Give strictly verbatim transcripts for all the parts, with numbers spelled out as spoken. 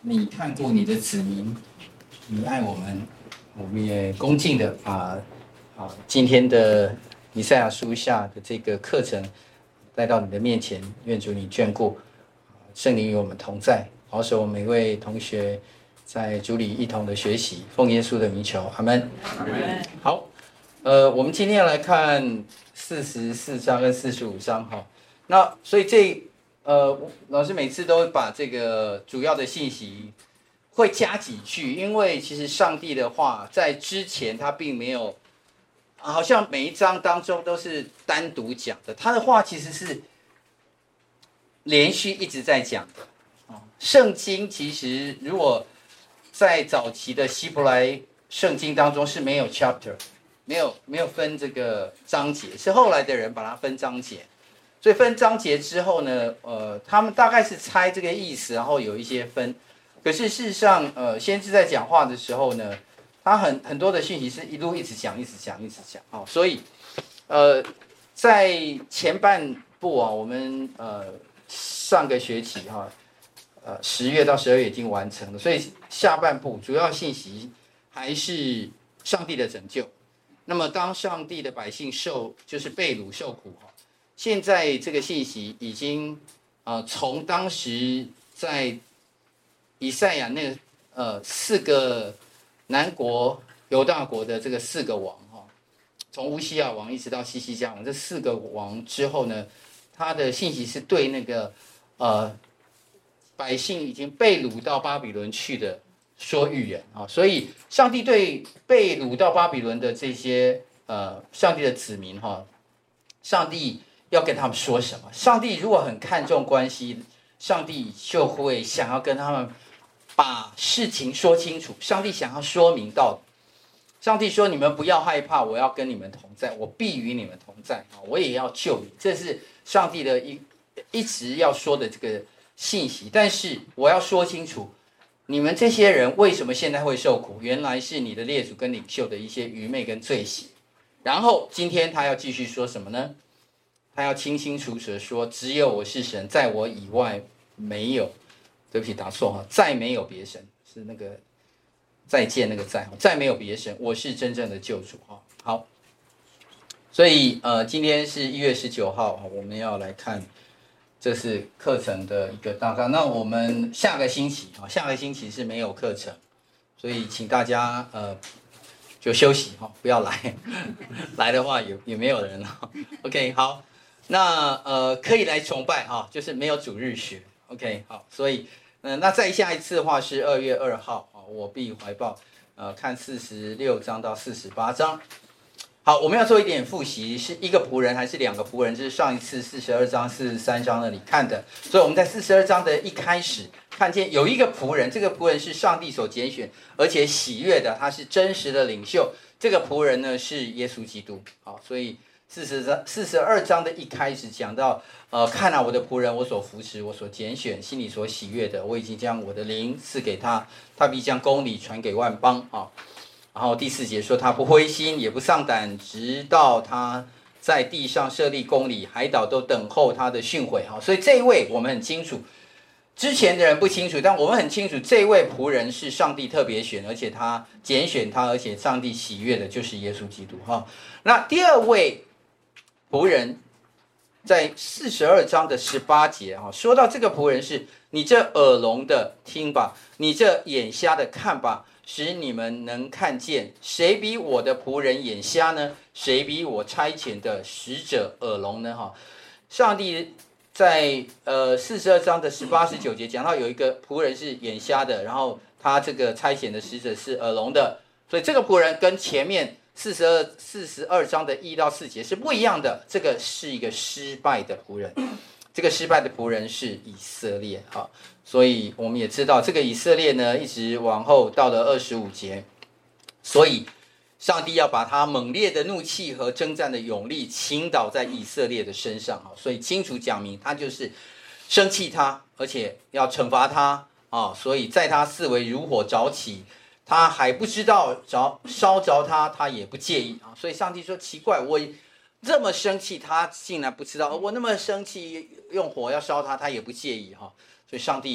你看顾你的子民，你爱我们，我们也恭敬的把啊今天的以赛亚书下的这个课程带到你的面前，愿主你眷顾，圣灵与我们同在，保守我们每位同学在主里一同的学习，奉耶稣的名求，阿们。好，呃，我们今天要来看四十四章跟四十五章哈。那所以这呃，老师每次都把这个主要的信息会加几句，因为其实上帝的话在之前他并没有，好像每一章当中都是单独讲的，他的话其实是连续一直在讲的。哦，圣经其实如果在早期的希伯来圣经当中是没有 chapter， 没有没有分这个章节，是后来的人把它分章节。所以分章节之后呢，呃，他们大概是猜这个意思，然后有一些分。可是事实上，呃，先知在讲话的时候呢，他很很多的讯息是一路一直讲，一直讲，一直讲。哦，所以，呃，在前半部啊，我们呃上个学期哈、啊，呃十月到十二月已经完成了，所以下半部主要信息还是上帝的拯救。那么当上帝的百姓受就是被掳受苦哈。现在这个信息已经，呃，从当时在以赛亚那个呃四个南国犹大国的这个四个王哈，从乌西亚王一直到西西家王这四个王之后呢，他的信息是对那个呃百姓已经被掳到巴比伦去的说预言啊，所以上帝对被掳到巴比伦的这些呃上帝的子民哈，上帝要跟他们说什么？上帝如果很看重关系，上帝就会想要跟他们把事情说清楚。上帝想要说明到底。上帝说：“你们不要害怕，我要跟你们同在，我必与你们同在，我也要救你。”这是上帝的一一直要说的这个信息。但是我要说清楚，你们这些人为什么现在会受苦？原来是你的列祖跟领袖的一些愚昧跟罪行。然后今天他要继续说什么呢？他要清清楚楚的说，只有我是神，在我以外没有，对不起，打错哈，再没有别神，是那个再见那个再，再没有别神，我是真正的救主哈。好，所以呃，今天是一月十九号，我们要来看，这是课程的一个大纲。那我们下个星期啊，下个星期是没有课程，所以请大家呃就休息哈，不要来，来的话也也没有人了。OK， 好。那呃可以来崇拜啊，就是没有主日学 ，OK 好，所以嗯、呃、那再下一次的话是二月二号啊，我必怀抱呃看四十六章到四十八章。好，我们要做一点复习，是一个仆人还是两个仆人？这是上一次四十二章、四十三章那里看的，所以我们在四十二章的一开始看见有一个仆人，这个仆人是上帝所拣选而且喜悦的，他是真实的领袖。这个仆人呢是耶稣基督。好，所以。四十二章的一开始讲到，呃，看啊，我的仆人，我所扶持，我所拣选，心里所喜悦的，我已经将我的灵赐给他，他必将公理传给万邦啊。然后第四节说，他不灰心，也不丧胆，直到他在地上设立公理，海岛都等候他的训诲哈。所以这一位我们很清楚，之前的人不清楚，但我们很清楚，这位仆人是上帝特别选，而且他拣选他，而且上帝喜悦的就是耶稣基督哈。那第二位仆人在四十二章的十八节哈，说到这个仆人是你这耳聋的听吧，你这眼瞎的看吧，使你们能看见。谁比我的仆人眼瞎呢？谁比我差遣的使者耳聋呢？哈，上帝在呃四十二章的十八十九节讲到有一个仆人是眼瞎的，然后他这个差遣的使者是耳聋的，所以这个仆人跟前面四十二四十二章的一到四节是不一样的，这个是一个失败的仆人，这个失败的仆人是以色列哈，所以我们也知道这个以色列呢，一直往后到了二十五节，所以上帝要把他猛烈的怒气和征战的勇力倾倒在以色列的身上哈，所以清楚讲明他就是生气他，而且要惩罚他啊，所以在他四围如火着起。他还不知道着烧着他，他也不介意啊。所以上帝说奇怪，我这么生气，他竟然不知道；我那么生气，用火要烧他，他也不介意哈。所以上帝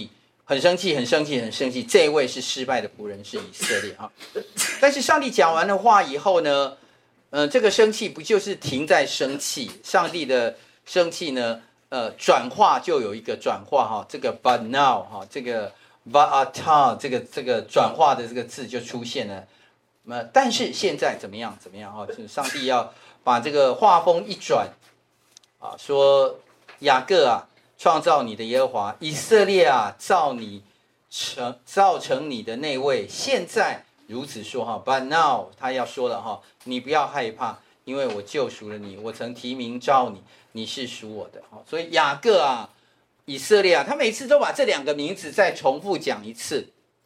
很生气，很生气，很生气。这一位是失败的仆人，是以色列啊。但是上帝讲完了话以后呢，呃，这个生气不就是停在生气？上帝的生气呢，呃，转化就有一个转化哈，这个 but now 哈，这个 but 这个这个转化的这个字就出现了。呃，但是现在怎么样？怎么样哈？就是上帝要把这个画风一转啊，说雅各啊。创造你的耶和华，以色列啊，造你成造成你的那位，现在如此说哈。But now 他要说了哈，你不要害怕，因为我救赎了你，我曾提名召你，你是属我的。所以雅各啊，以色列啊，他每次都把这两个名字再重复讲一次。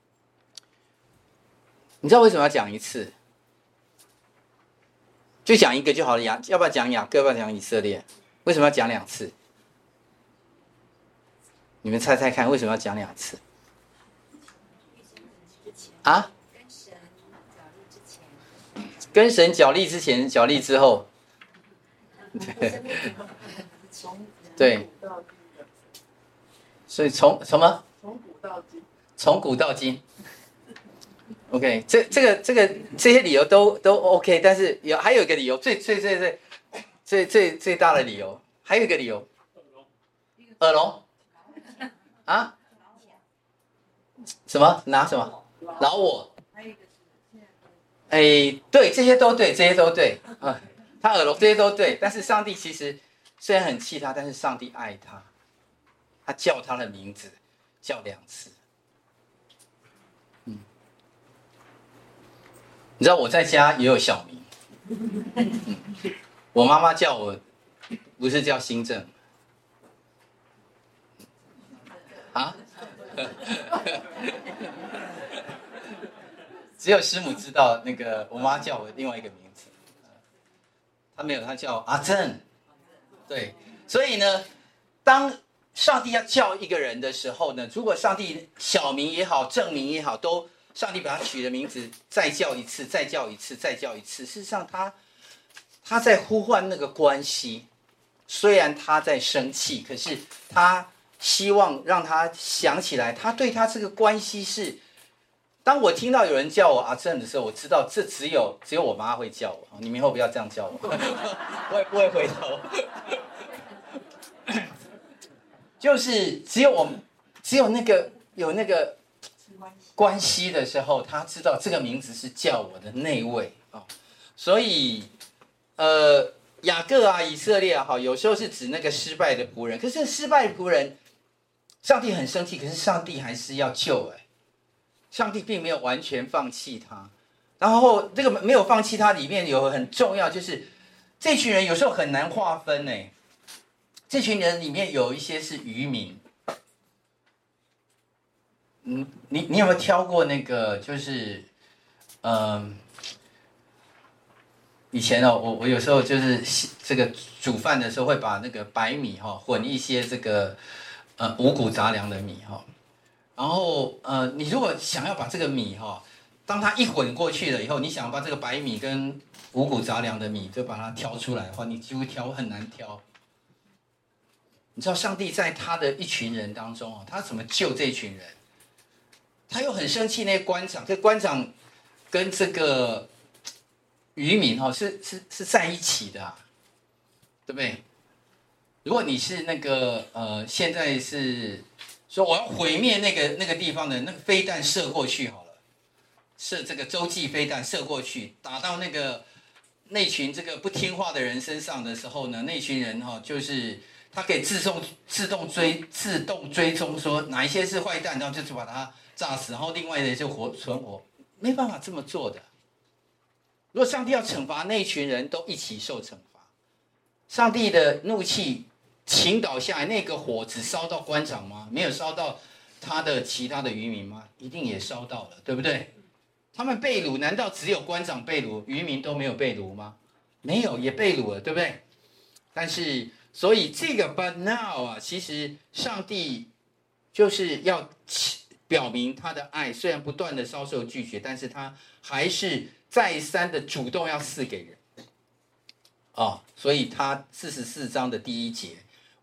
你知道为什么要讲一次？就讲一个就好了。雅要不要讲雅各？要不要讲以色列？为什么要讲两次？你们猜猜看，为什么要讲两次？啊？跟神角力之前，角力之后。对。对。所以从什么？从古到今。从古到今。OK， 这这个这个这些理由都都 OK， 但是有还有一个理由，最最最最最最最大的理由，还有一个理由，耳聋。啊？什么？拿什么？老我？哎，对，这些都对，这些都对。嗯，他耳聋，这些都对。但是上帝其实虽然很气他，但是上帝爱他，他叫他的名字叫两次。嗯，你知道我在家也有小名，嗯，我妈妈叫我不是叫新正。啊？只有师母知道，那个我妈叫我另外一个名字，她没有，她叫阿正。对，所以呢，当上帝要叫一个人的时候呢，如果上帝小名也好，正名也好，都上帝把他取的名字再叫一次，再叫一次，再叫一次，事实上他他在呼唤那个关系，虽然他在生气，可是他希望让他想起来，他对他这个关系是。当我听到有人叫我阿正的时候，我知道这只有只有我妈会叫我。你们以后不要这样叫我，我也不会回头。就是只有我，只有那个有那个关系的时候，他知道这个名字是叫我的那位啊。所以，呃，雅各啊，以色列啊，哈，有时候是指那个失败的仆人。可是失败的仆人，上帝很生气，可是上帝还是要救哎。上帝并没有完全放弃他，然后这个没有放弃他里面有很重要，就是这群人有时候很难划分呢。这群人里面有一些是渔民，嗯，你你有没有挑过那个？就是，嗯、呃，以前哦，我我有时候就是这个煮饭的时候会把那个白米哈、哦、混一些这个呃五谷杂粮的米哈。哦然后，呃，你如果想要把这个米哈，当它一混过去了以后，你想要把这个白米跟五谷杂粮的米就把它挑出来的话，你几乎挑很难挑。你知道上帝在他的一群人当中他怎么救这群人？他又很生气那些官长，这官长跟这个渔民哈是是是在一起的、啊，对不对？如果你是那个呃，现在是。说我要毁灭那个那个地方的那个飞弹射过去好了，射这个洲际飞弹射过去，打到那个那群这个不听话的人身上的时候呢，那群人哈、哦、就是他可以自动自动追自动追踪说哪一些是坏蛋，然后就是把它炸死，然后另外的就活存活，没办法这么做的。如果上帝要惩罚那群人都一起受惩罚，上帝的怒气。倾倒下来，那个火只烧到官长吗？没有烧到他的其他的渔民吗？一定也烧到了，对不对？他们被掳，难道只有官长被掳，渔民都没有被掳吗？没有，也被掳了，对不对？但是，所以这个 but now 啊，其实上帝就是要表明他的爱，虽然不断的遭受拒绝，但是他还是再三的主动要赐给人。啊、哦，所以他四十四章的第一节。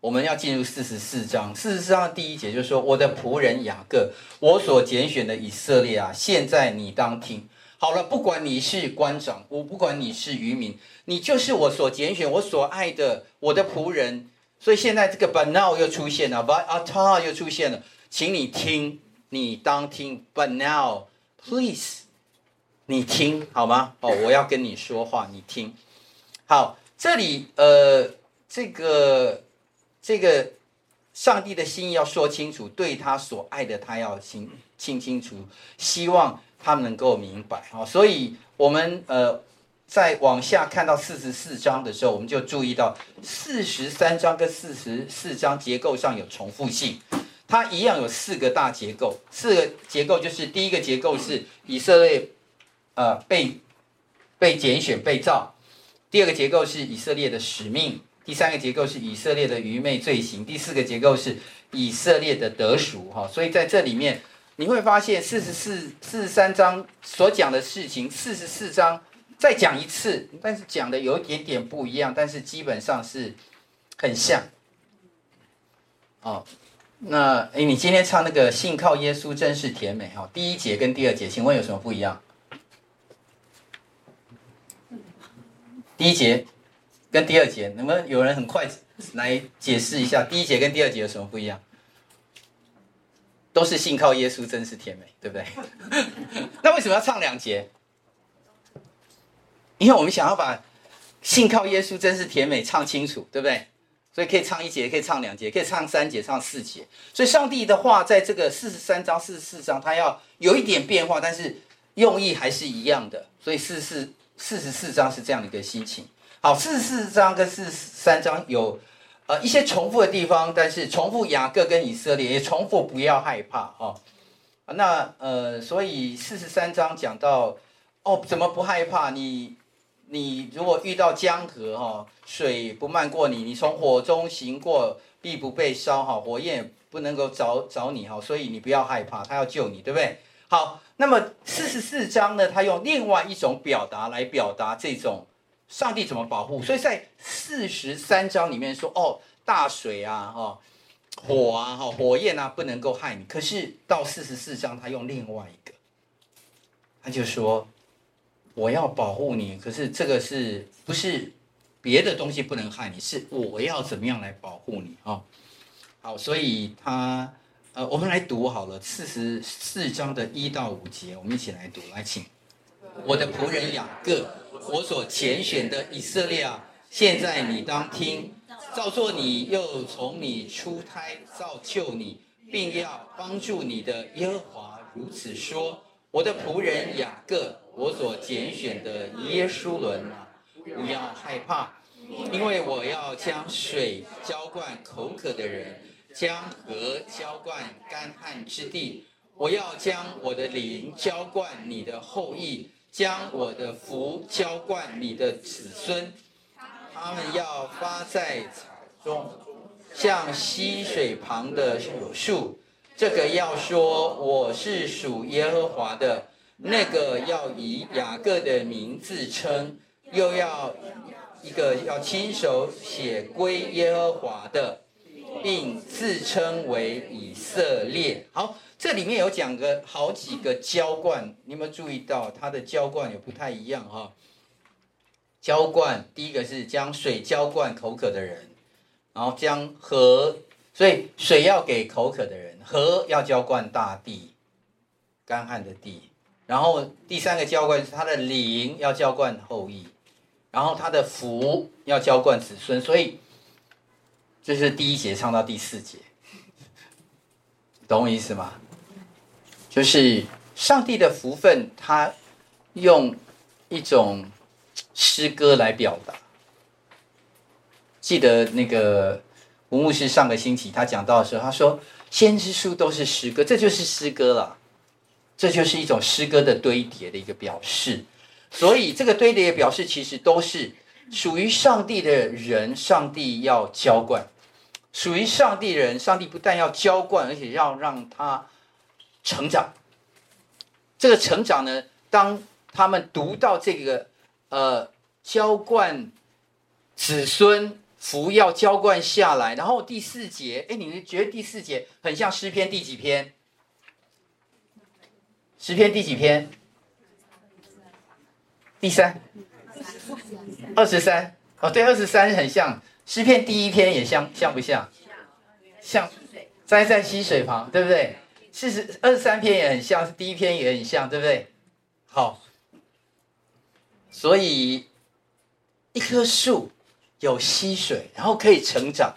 我们要进入四十四章。四十四章的第一节就是说：“我的仆人雅各，我所拣选的以色列啊，现在你当听。”好了，不管你是官长，我不管你是渔民，你就是我所拣选、我所爱的我的仆人。所以现在这个 but now 又出现了 but ata 又出现了，请你听，你当听 but now please 你听好吗？哦，我要跟你说话，你听。好，这里呃，这个这个上帝的心意要说清楚，对他所爱的他要清清清楚，希望他们能够明白。好，所以我们呃。在往下看到四十四章的时候，我们就注意到四十三章跟四十四章结构上有重复性，它一样有四个大结构。四个结构就是第一个结构是以色列呃被被拣选被造，第二个结构是以色列的使命，第三个结构是以色列的愚昧罪行，第四个结构是以色列的得赎哈。所以在这里面你会发现四十四、四十三章所讲的事情，四十四章。再讲一次，但是讲的有一点点不一样，但是基本上是很像。哦，那诶，你今天唱那个“信靠耶稣真是甜美”哈，第一节跟第二节，请问有什么不一样？第一节跟第二节，能不能有人很快来解释一下第一节跟第二节有什么不一样？都是信靠耶稣真是甜美，对不对？那为什么要唱两节？因为我们想要把信靠耶稣真是甜美唱清楚，对不对？所以可以唱一节，可以唱两节，可以唱三节，唱四节。所以上帝的话在这个四十三章、四十四章，它要有一点变化，但是用意还是一样的。所以四十四章是这样的一个心情。好，四十四章跟四十三章有呃一些重复的地方，但是重复雅各跟以色列，也重复不要害怕哦。那呃，所以四十三章讲到哦，怎么不害怕？你。你如果遇到江河哈，水不漫过你，你从火中行过，必不被烧哈，火焰不能够着着你哈，所以你不要害怕，他要救你，对不对？好，那么四十四章呢，他用另外一种表达来表达这种上帝怎么保护，所以在四十三章里面说哦，大水啊哈，火啊哈，火焰啊不能够害你，可是到四十四章他用另外一个，他就说。我要保护你，可是这个是不是别的东西不能害你？是我要怎么样来保护你啊、哦？好，所以他呃，我们来读好了，四十四章的一到五节，我们一起来读，来请。我的仆人雅各，我所拣选的以色列啊，现在你当听，造作你又从你出胎造就你，并要帮助你的耶和华如此说。我的仆人雅各，我所拣选的耶书伦啊，不要害怕，因为我要将水浇灌口渴的人，将河浇灌干旱之地。我要将我的灵浇灌你的后裔，将我的福浇灌你的子孙。他们要发在草中，像溪水旁的柳树。这个要说我是属耶和华的，那个要以雅各的名自称，又要一个要亲手写归耶和华的，并自称为以色列。好，这里面有讲个好几个浇灌，你有没有注意到它的浇灌有不太一样哈？浇灌第一个是将水浇灌口渴的人，然后将河。所以水要给口渴的人，河要浇灌大地，干旱的地。然后第三个浇灌是他的灵要浇灌后裔，然后他的福要浇灌子孙。所以这是第一节唱到第四节，懂我意思吗？就是上帝的福分，他用一种诗歌来表达。记得那个。吴牧师上个星期他讲到的时候，他说先知书都是诗歌，这就是诗歌了，这就是一种诗歌的堆叠的一个表示。所以这个堆叠的表示其实都是属于上帝的人，上帝要浇灌；属于上帝的人，上帝不但要浇灌，而且要让他成长。这个成长呢，当他们读到这个呃浇灌子孙。 福要浇灌下来。然后第四节，哎，你们觉得第四节很像诗篇第几篇？诗篇第几篇？第三，二十三。哦，对，二十三很像诗篇第一篇，也像像不像？像栽在溪水旁，对不对？四十二十三篇也很像，第一篇也很像，对不对？好，所以一棵树有溪水，然后可以成长，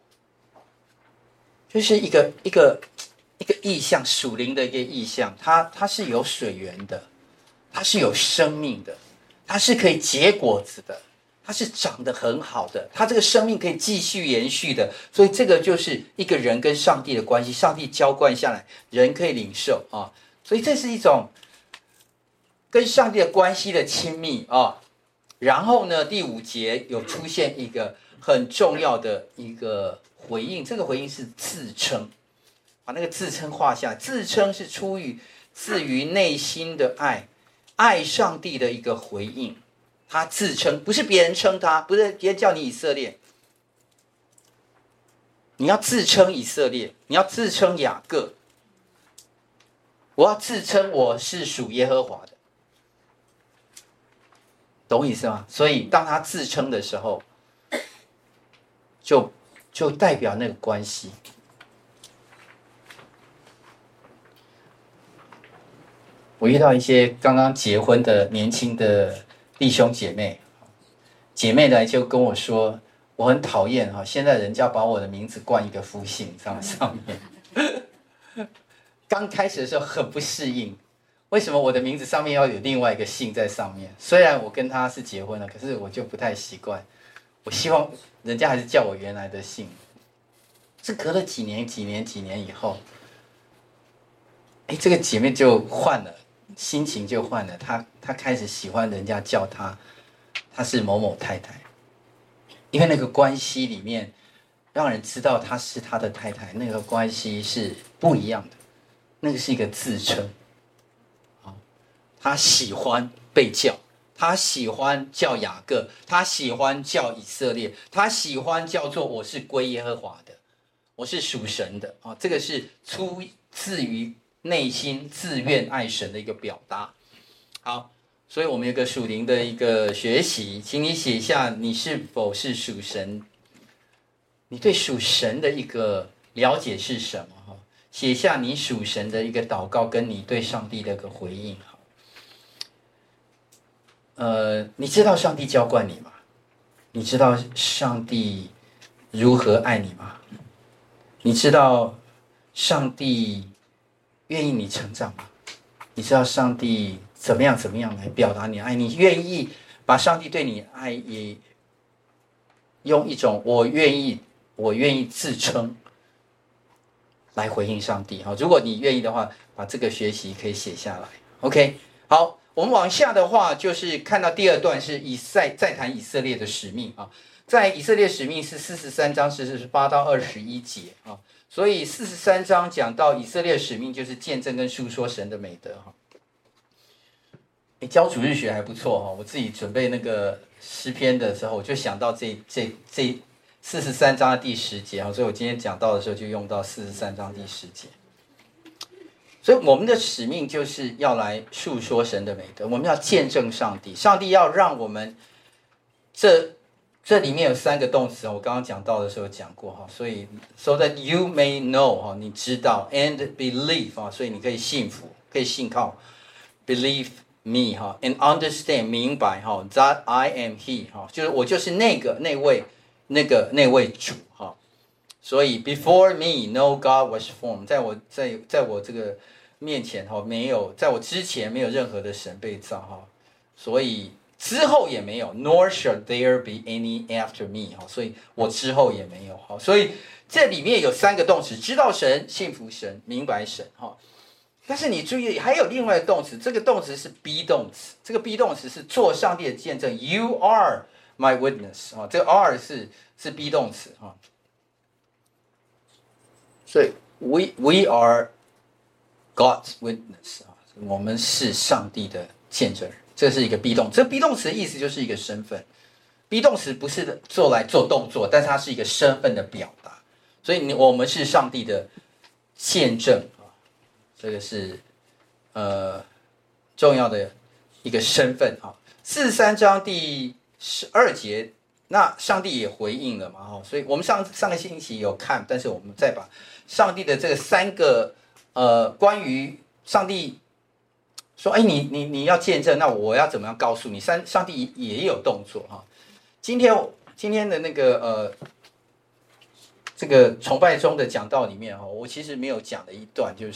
就是一个一个一个意象，属灵的一个意象。它它是有水源的，它是有生命的，它是可以结果子的，它是长得很好的，它这个生命可以继续延续的。所以这个就是一个人跟上帝的关系，上帝浇灌下来，人可以领受啊。所以这是一种跟上帝的关系的亲密啊。然后呢，第五节有出现一个很重要的一个回应，这个回应是自称，把那个自称画下来。自称是出于自于内心的爱，爱上帝的一个回应。他自称，不是别人称他，不是别人叫你以色列，你要自称以色列，你要自称雅各。我要自称我是属耶和华的。懂我意思吗？所以当他自称的时候，就就代表那个关系。我遇到一些刚刚结婚的年轻的弟兄姐妹，姐妹来就跟我说，我很讨厌哈，现在人家把我的名字冠一个夫姓上上面。刚开始的时候很不适应。为什么我的名字上面要有另外一个姓在上面？虽然我跟他是结婚了，可是我就不太习惯。我希望人家还是叫我原来的姓。是隔了几年、几年、几年以后，哎，这个姐妹就换了，心情就换了。她她开始喜欢人家叫她，她是某某太太，因为那个关系里面，让人知道她是她的太太，那个关系是不一样的。那个是一个自称。他喜欢被叫，他喜欢叫雅各，他喜欢叫以色列，他喜欢叫做我是归耶和华的，我是属神的啊，这个是出自于内心自愿爱神的一个表达。好，所以我们有个属灵的一个学习，请你写下你是否是属神，你对属神的一个了解是什么哈？写下你属神的一个祷告，跟你对上帝的一个回应。呃，你知道上帝浇灌你吗？你知道上帝如何爱你吗？你知道上帝愿意你成长吗？你知道上帝怎么样怎么样来表达你爱？你愿意把上帝对你爱也用一种我愿意我愿意自称来回应上帝。好，如果你愿意的话，把这个学习可以写下来。OK， 好。我们往下的话，就是看到第二段是以赛再谈以色列的使命啊，在以色列使命是四十三章是四十八到二十一节啊，所以四十三章讲到以色列使命就是见证跟述说神的美德哈。哎，教主日学还不错哈，我自己准备那个诗篇的时候，我就想到这这这四十三章的第十节啊，所以我今天讲到的时候就用到四十三章第十节。所以我们的使命就是要来述说神的美德，我们要见证上帝，上帝要让我们这这里面有三个动词，我刚刚讲到的时候讲过哈，所以 so that you may know 哈，你知道 and believe 啊，所以你可以信服，可以信靠 believe me 哈 and understand 明白哈 that I am he 哈，就是我就是那个那位那个那位主哈，所以 before me no God was formed， 在我在在我这个面前哈，没有，在我之前没有任何的神被造哈，所以之后也没有 ，nor shall there be any after me 哈，所以我之后也没有哈，所以这里面有三个动词：知道神、信服神、明白神哈。但是你注意，还有另外一个动词，这个动词是 be 动词，这个 be 动词是做上帝的见证 ，You are my witness 哈，这个 are 是是 be 动词哈，所以 we we are God's witness 啊，我们是上帝的见证人，这是一个 be 动，这个 be 动词的意思就是一个身份 be 动词不是做来做动作，但是它是一个身份的表达，所以你我们是上帝的见证啊，这个是呃重要的一个身份啊。四十三章第十二节，那上帝也回应了嘛，哈，所以我们上上个星期有看，但是我们再把上帝的这个三个呃关于上帝说，哎，你你你要见证，那我要怎么样告诉你？上上帝也有动作哈。今天今天的那个呃这个崇拜中的讲道里面哈，我其实没有讲的一段就是，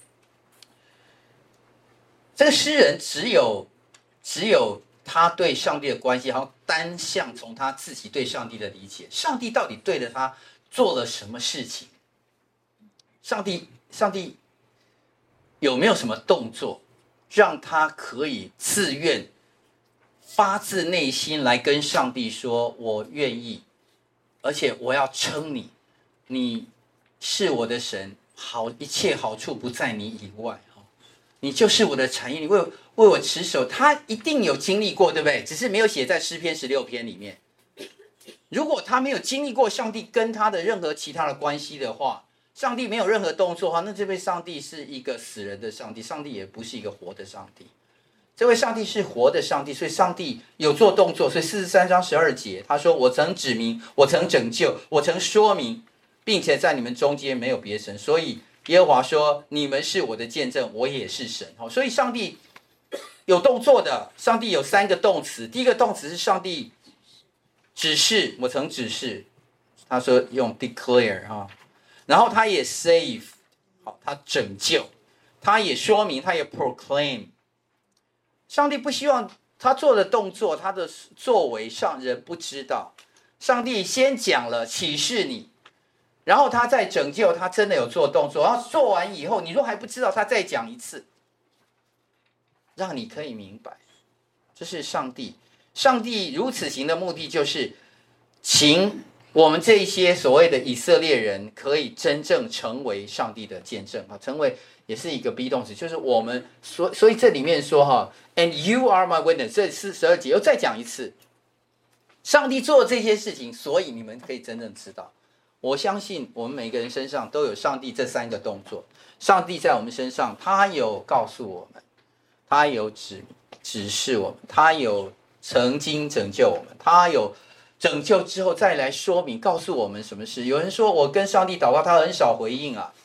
这个诗人只有只有他对上帝的关系，好像单向从他自己对上帝的理解，上帝到底对着他做了什么事情？上帝上帝有没有什么动作，让他可以自愿发自内心来跟上帝说：“我愿意，而且我要称你，你是我的神，好，一切好处不在你以外。”你就是我的产业，你为为我持守，他一定有经历过，对不对？只是没有写在诗篇十六篇里面。如果他没有经历过上帝跟他的任何其他的关系的话，上帝没有任何动作的话，那这位上帝是一个死人的上帝，上帝也不是一个活的上帝。这位上帝是活的上帝，所以上帝有做动作。所以四十三章十二节，他说：“我曾指明，我曾拯救，我曾说明，并且在你们中间没有别神。”所以耶和华说：“你们是我的见证，我也是神。”所以上帝有动作的，上帝有三个动词。第一个动词是上帝指示，我曾指示，他说用 declare 哈，然后他也 save， 好，他拯救，他也说明，他也 proclaim。上帝不希望他做的动作，他的作为上人不知道。上帝先讲了启示你。然后他再拯救，他真的有做动作，然后做完以后，你若还不知道，他再讲一次，让你可以明白，这是上帝。上帝如此行的目的，就是请我们这些所谓的以色列人，可以真正成为上帝的见证啊，成为也是一个 be 动词，就是我们所所以这里面说哈 ，and you are my witness， 这是十二节又再讲一次，上帝做这些事情，所以你们可以真正知道。我相信我们每个人身上都有上帝这三个动作。上帝在我们身上，他有告诉我们，他有指指示我们，他有曾经拯救我们，他有拯救之后再来说明，告诉我们什么事。有人说我跟上帝祷告，他很少回应啊，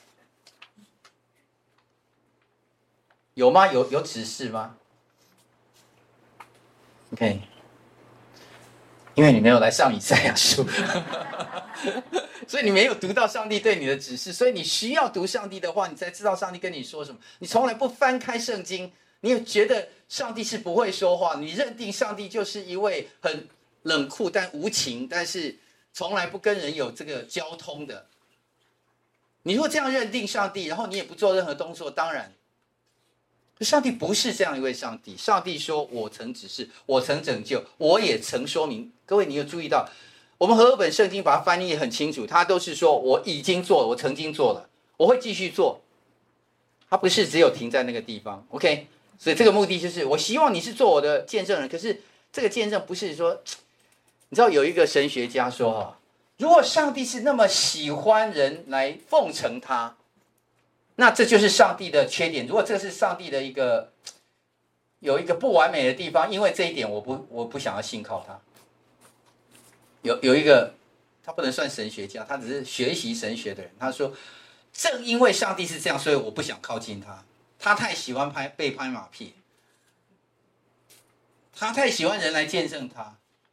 有吗？有有指示吗 ？OK， 因为你没有来上以赛亚书。所以你没有读到上帝对你的指示，所以你需要读上帝的话，你才知道上帝跟你说什么。你从来不翻开圣经，你也觉得上帝是不会说话，你认定上帝就是一位很冷酷但无情，但是从来不跟人有这个交通的。你如果这样认定上帝，然后你也不做任何动作，当然，上帝不是这样一位上帝。上帝说：“我曾指示，我曾拯救，我也曾说明。”各位，你有注意到？我们和合本圣经把它翻译很清楚，它都是说我已经做了，我曾经做了，我会继续做。它不是只有停在那个地方 ，OK？ 所以这个目的就是，我希望你是做我的见证人。可是这个见证不是说，你知道有一个神学家说哈，如果上帝是那么喜欢人来奉承他，那这就是上帝的缺点。如果这是上帝的一个有一个不完美的地方，因为这一点我不我不想要信靠他。有有一个，他不能算神学家，他只是学习神学的人。他说，正因为上帝是这样，所以我不想靠近他。他太喜欢拍被拍马屁，他太喜欢人来见证他。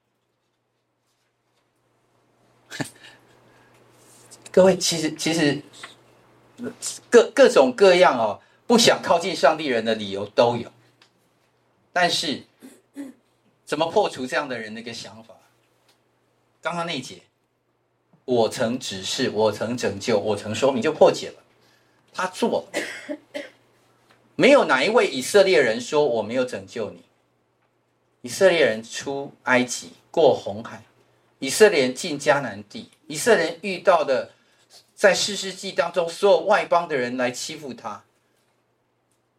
各位，其实其实各各种各样哦，不想靠近上帝人的理由都有。但是，怎么破除这样的人的一个想法？刚刚那一节，我曾指示，我曾拯救，我曾说明，就破解了。他做了，没有哪一位以色列人说我没有拯救你。以色列人出埃及，过红海，以色列人进迦南地，以色列人遇到的，在士师记当中，所有外邦的人来欺负他。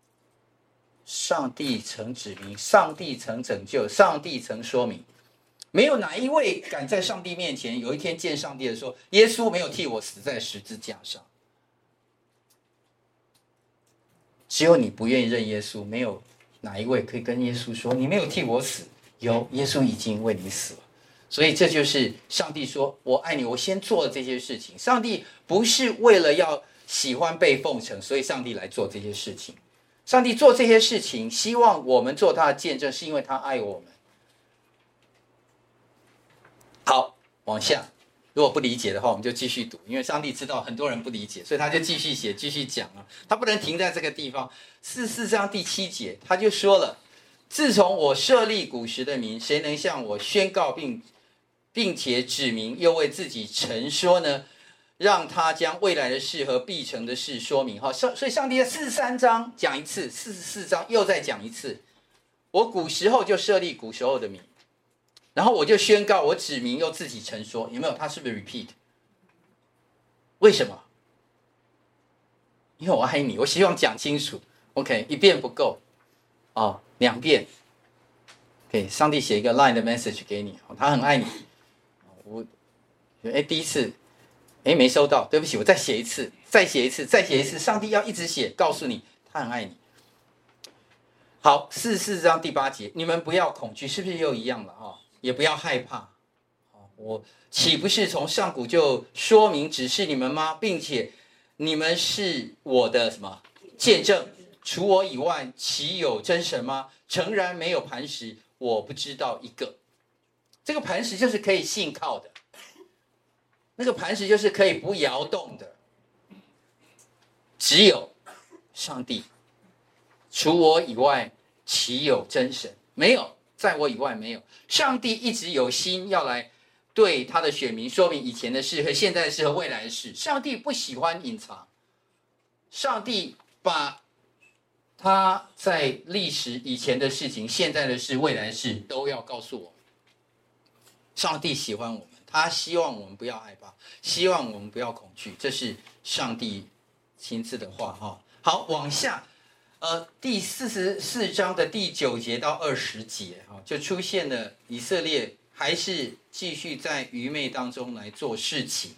上帝曾指明，上帝曾拯救，上帝曾说明。 没有哪一位敢在上帝面前有一天见上帝的说，耶稣没有替我死在十字架上。只有你不愿意认耶稣，没有哪一位可以跟耶稣说，你没有替我死，有，耶稣已经为你死了。所以这就是上帝说，我爱你，我先做了这些事情。上帝不是为了要喜欢被奉承，所以上帝来做这些事情。上帝做这些事情，希望我们做他的见证，是因为他爱我们。好，往下，如果不理解的话，我们就继续读，因为上帝知道很多人不理解，所以他就继续写，继续讲啊。他不能停在这个地方。四四章第七节，他就说了：自从我设立古时的名，谁能向我宣告并并且指明，又为自己陈说呢？让他将未来的事和必成的事说明。好，所以上帝在四十三章讲一次，四十四章又再讲一次。我古时候就设立古时候的名，然后我就宣告，我指明又自己陈说。有没有？他是不是 repeat？ 为什么？因为我爱你，我希望讲清楚。OK， 一遍不够，哦，两遍。给上帝写一个 line 的 message 给你，他很爱你。我，哎，第一次。哎，没收到，对不起，我再写一次，再写一次，再写一次。上帝要一直写，告诉你他很爱你。好，四十四章第八节，你们不要恐惧，是不是又一样了哈？也不要害怕。我岂不是从上古就说明指示你们吗？并且你们是我的什么见证？除我以外，岂有真神吗？诚然没有磐石，我不知道一个。这个磐石就是可以信靠的。那个磐石就是可以不摇动的，只有上帝。除我以外，岂有真神？没有，在我以外没有。上帝一直有心要来对他的选民说明以前的事和现在的事和未来的事。上帝不喜欢隐藏，上帝把他在历史以前的事情、现在的事、未来的事都要告诉我们。上帝喜欢我们。他希望我们不要害怕，希望我们不要恐惧，这是上帝亲自的话哈。好，往下，呃，第四十四章的第九节到二十节哈，就出现了以色列还是继续在愚昧当中来做事情。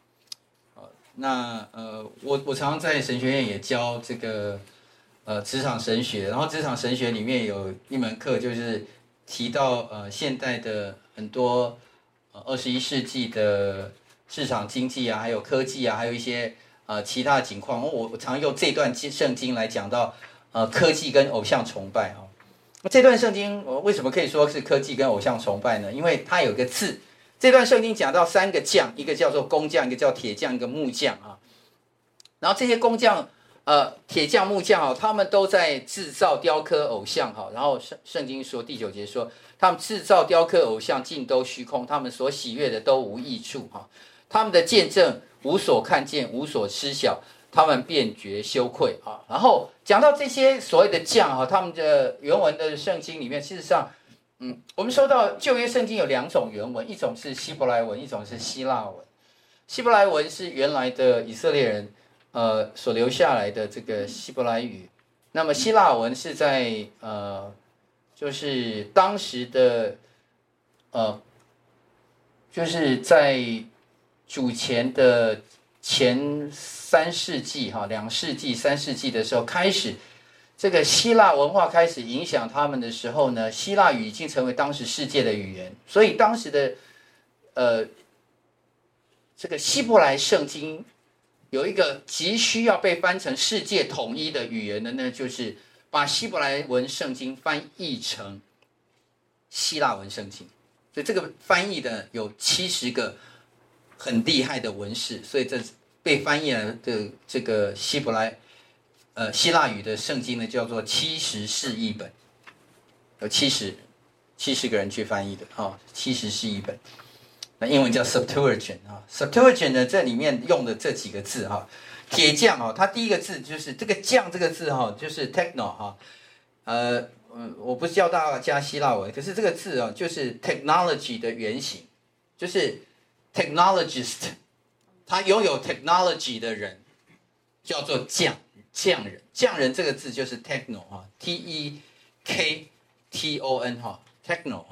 那呃，我我常常在神学院也教这个呃职场神学，然后职场神学里面有一门课就是提到呃现代的很多。二十一世纪的市场经济啊，还有科技啊，还有一些呃其他的情况，我我常用这段圣经来讲到呃科技跟偶像崇拜哈。那这段圣经我为什么可以说是科技跟偶像崇拜呢？因为它有个字，这段圣经讲到三个匠，一个叫做工匠，一个叫铁匠，一个木匠啊。然后这些工匠呃铁匠木匠啊，他们都在制造雕刻偶像哈。然后圣圣经说第九节说。他们制造雕刻偶像，尽都虚空；他们所喜悦的都无益处。哈，他们的见证无所看见，无所知晓，他们便觉羞愧。啊，然后讲到这些所谓的匠哈，他们的原文的圣经里面，事实上，嗯，我们说到旧约圣经有两种原文，一种是希伯来文，一种是希腊文。希伯来文是原来的以色列人呃所留下来的这个希伯来语，那么希腊文是在呃。就是当时的，呃，就是在主前的前三世纪哈，两世纪、三世纪的时候开始，这个希腊文化开始影响他们的时候呢，希腊语已经成为当时世界的语言，所以当时的，呃，这个希伯来圣经有一个急需要被翻成世界统一的语言的呢，就是把希伯来文圣经翻译成希腊文圣经，所以这个翻译的有七十个很厉害的文士，所以这被翻译了的这个希伯来呃希腊语的圣经呢，叫做七十释译本，有七十七十个人去翻译的啊，七十释译本。那英文叫 Septuagint 啊 ，Septuagint 呢这里面用的这几个字哈。铁匠哦，它第一个字就是这个匠这个字哈，就是 techno 哈，呃，嗯，我不是教大家希腊文，可是这个字啊，就是 technology 的原型，就是 technologist， 他拥有 technology 的人叫做匠匠人，匠人这个字就是 techno 哈 ，T E K T O N 哈 ，techno 哈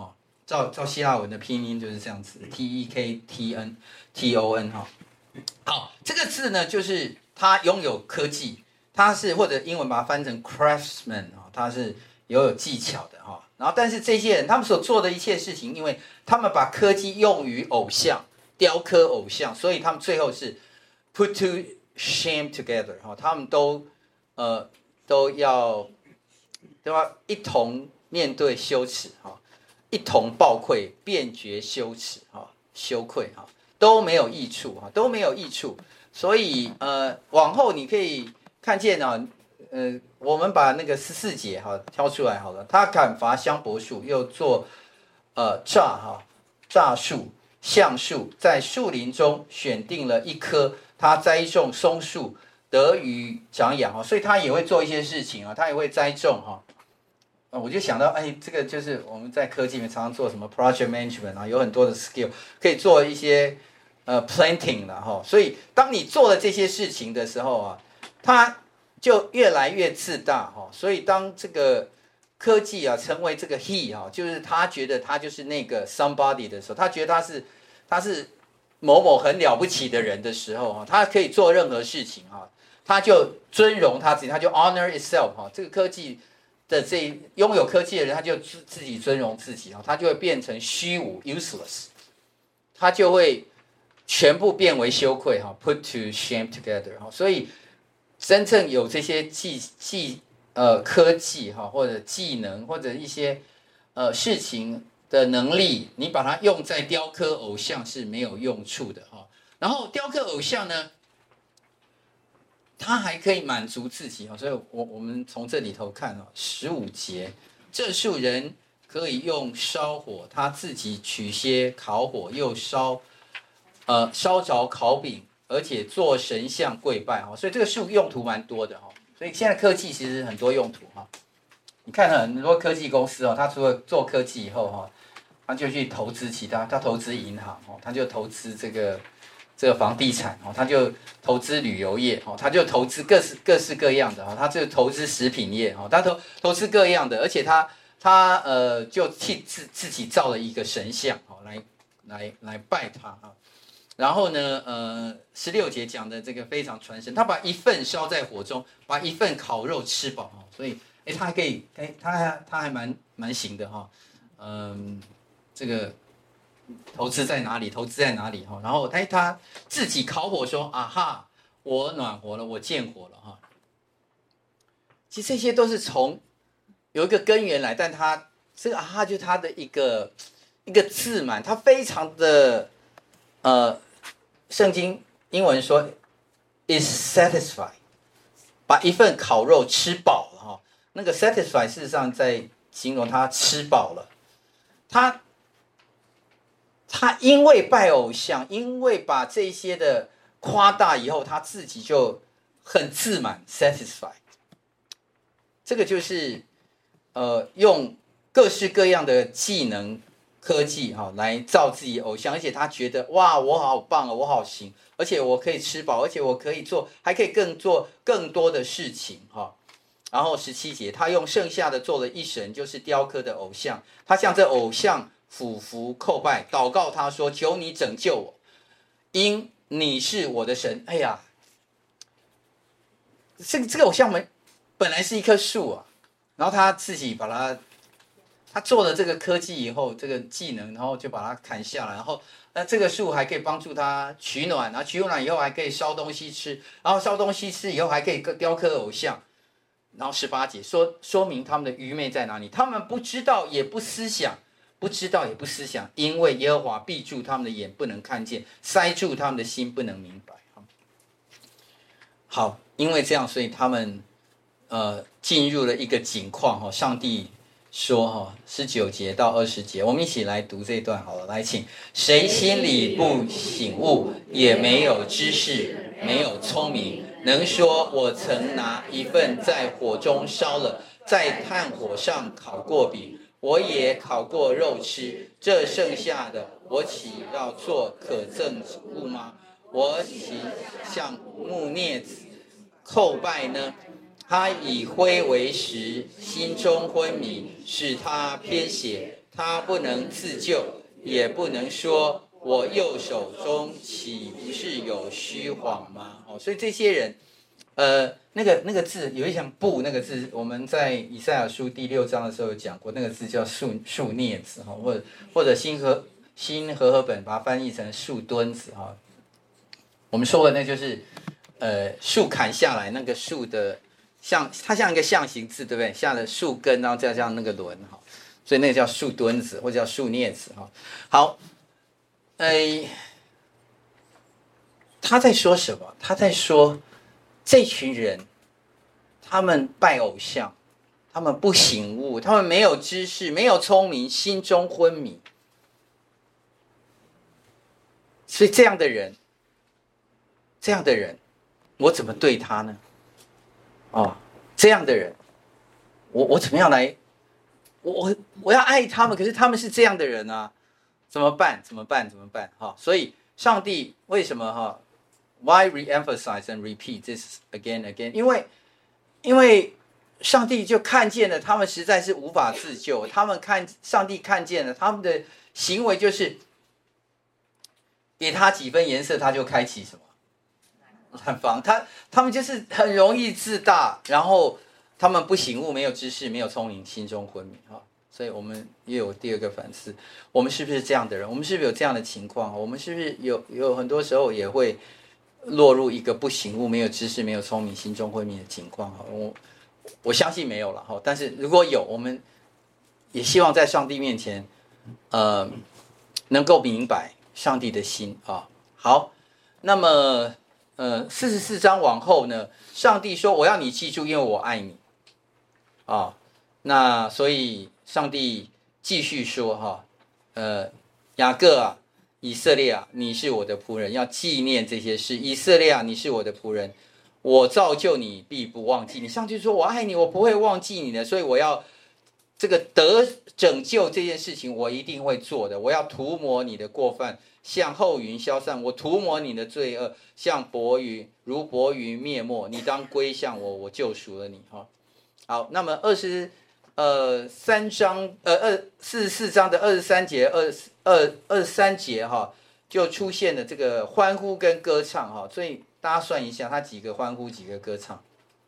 照照希腊文的拼音就是这样子 ，T E K T N T O N 哈。好，这个字呢，就是他拥有科技，他是或者英文把它翻成 craftsman 啊，他是有有技巧的哈。然后，但是这些人他们所做的一切事情，因为他们把科技用于偶像、雕刻偶像，所以他们最后是 put to shame together 哈，他们都呃都要对吧？一同面对羞耻哈，一同抱愧，便觉羞耻哈，羞愧哈，都没有益处哈，都没有益处。所以呃，往后你可以看见啊，呃，我们把那个十四节哈挑出来好了。他砍伐香柏树，又做呃柞哈柞树、橡树，在树林中选定了一棵，他栽种松树，得于长养哈，所以他也会做一些事情啊，他也会栽种哈。我就想到，哎，这个就是我们在科技里面常常做什么 project management 啊，有很多的 skill 可以做一些呃 planting 了哈。所以当你做了这些事情的时候啊，它就越来越自大哈。所以当这个科技啊成为这个 he 哈，就是他觉得他就是那个 somebody 的时候，他觉得他是他是某某很了不起的人的时候哈，他可以做任何事情哈，他就尊荣他自己，他就 honor itself 哈。这个科技的这拥有科技的人，他就自自己尊荣自己啊，他就会变成虚无 useless， 他就会全部变为羞愧哈 ，put to shame together 哈。所以真正有这些技技呃科技哈，或者技能或者一些呃事情的能力，你把它用在雕刻偶像是没有用处的哈。然后雕刻偶像呢，他还可以满足自己，所以我我们从这里头看十五节，这树人可以用烧火，他自己取些烤火，又烧呃烧着烤饼，而且做神像跪拜哈，所以这个树用途蛮多的哈。所以现在科技其实很多用途哈。你看很多科技公司哦，他除了做科技以后哈，他就去投资其他，他投资银行哦，他就投资这个。这个房地产哦，他就投资旅游业哦，他就投资各式各式各样的哈，他就投资食品业哦，他投投资各样的，而且他他呃就替自自己造了一个神像哦，来来来拜他啊。然后呢，呃，十六节讲的这个非常传神，他把一份烧在火中，把一份烤肉吃饱哈，所以哎，他还可以哎，他还他还蛮蛮行的哈，嗯，这个。投资在哪里？投资在哪里？哈，然后他他自己烤火说：“啊哈，我暖和了，我见火了。”哈，其实这些都是从有一个根源来，但他这个啊哈就是他的一个一个自满，他非常的呃，圣经英文说 is satisfied， 把一份烤肉吃饱了哈。那个 satisfied 事实上在形容他吃饱了，他。他因为拜偶像，因为把这些的夸大以后，他自己就很自满 ，satisfied。这个就是呃用各式各样的技能、科技哈、哦、来造自己偶像，而且他觉得哇，我好棒哦，我好行，而且我可以吃饱，而且我可以做，还可以更做更多的事情哈、哦。然后十七节，他用剩下的做了一神，就是雕刻的偶像，他向这偶像。俯伏叩拜，祷告他说：“求你拯救我，因你是我的神。”哎呀，这个这个偶像们本来是一棵树啊，然后他自己把它，他做了这个科技以后，这个技能，然后就把它砍下来，然后那这个树还可以帮助他取暖，然后取暖以后还可以烧东西吃，然后烧东西吃以后还可以雕刻偶像。然后十八节说说明他们的愚昧在哪里？他们不知道，也不思想。不知道也不思想，因为耶和华闭住他们的眼，不能看见；塞住他们的心，不能明白。好，因为这样，所以他们呃进入了一个境况哈。上帝说哈，十九节到二十节，我们一起来读这一段好了。来，请谁心里不醒悟，也没有知识，没有聪明，能说我曾拿一份在火中烧了，在炭火上烤过饼。我也烤过肉吃，这剩下的我岂要做可憎之物吗？我岂向木镊子叩拜呢？他以灰为食，心中昏迷，使他偏血。 他不能自救，也不能说我右手中岂不是有虚谎吗？哦，所以这些人，呃，那个那个字有一项不那个字，我们在以赛亚书第六章的时候有讲过，那个字叫树树镊子哈，或者或者新和新和合本把它翻译成树墩子哈。我们说的那就是呃树砍下来那个树的像它像一个象形字，对不对？下了树根，然后再加上那个轮哈，所以那个叫树墩子或者叫树镊子哈。好，呃，他在说什么？他在说这群人，他们拜偶像，他们不醒悟，他们没有知识，没有聪明，心中昏迷。所以这样的人，这样的人，我怎么对他呢？哦，这样的人，我我怎么样来？我我我要爱他们，可是他们是这样的人啊，怎么办？怎么办？怎么办？哈、哦，所以上帝为什么哈、哦、？Why re-emphasize and repeat this again and again？ 因为因为上帝就看见了他们实在是无法自救，他们看上帝看见了他们的行为就是给他几分颜色，他就开启什么？很防他，他们就是很容易自大，然后他们不醒悟，没有知识，没有聪明，心中昏迷哈。所以我们也有第二个反思：我们是不是这样的人？我们是不是有这样的情况？我们是不是有有很多时候也会落入一个不醒悟、没有知识、没有聪明、心中昏迷的情况？哈，我我相信没有了哈。但是如果有，我们也希望在上帝面前，呃，能够明白上帝的心啊。好，那么。呃，四十四章往后呢，上帝说：“我要你记住，因为我爱你。”啊，那所以上帝继续说：“哈，呃，雅各啊，以色列啊，你是我的仆人，要纪念这些事。以色列啊，你是我的仆人，我造就你，必不忘记你。”上帝说：“我爱你，我不会忘记你的，所以我要这个得拯救这件事情，我一定会做的。我要涂抹你的过犯。”像后云消散，我涂抹你的罪恶，像薄云如薄云灭没。你当归向我，我救赎了你。哈，好，那么二十呃三章呃二四十四章的二十三节二二二十三节哈，就出现了这个欢呼跟歌唱哈，所以大家算一下，他几个欢呼，几个歌唱，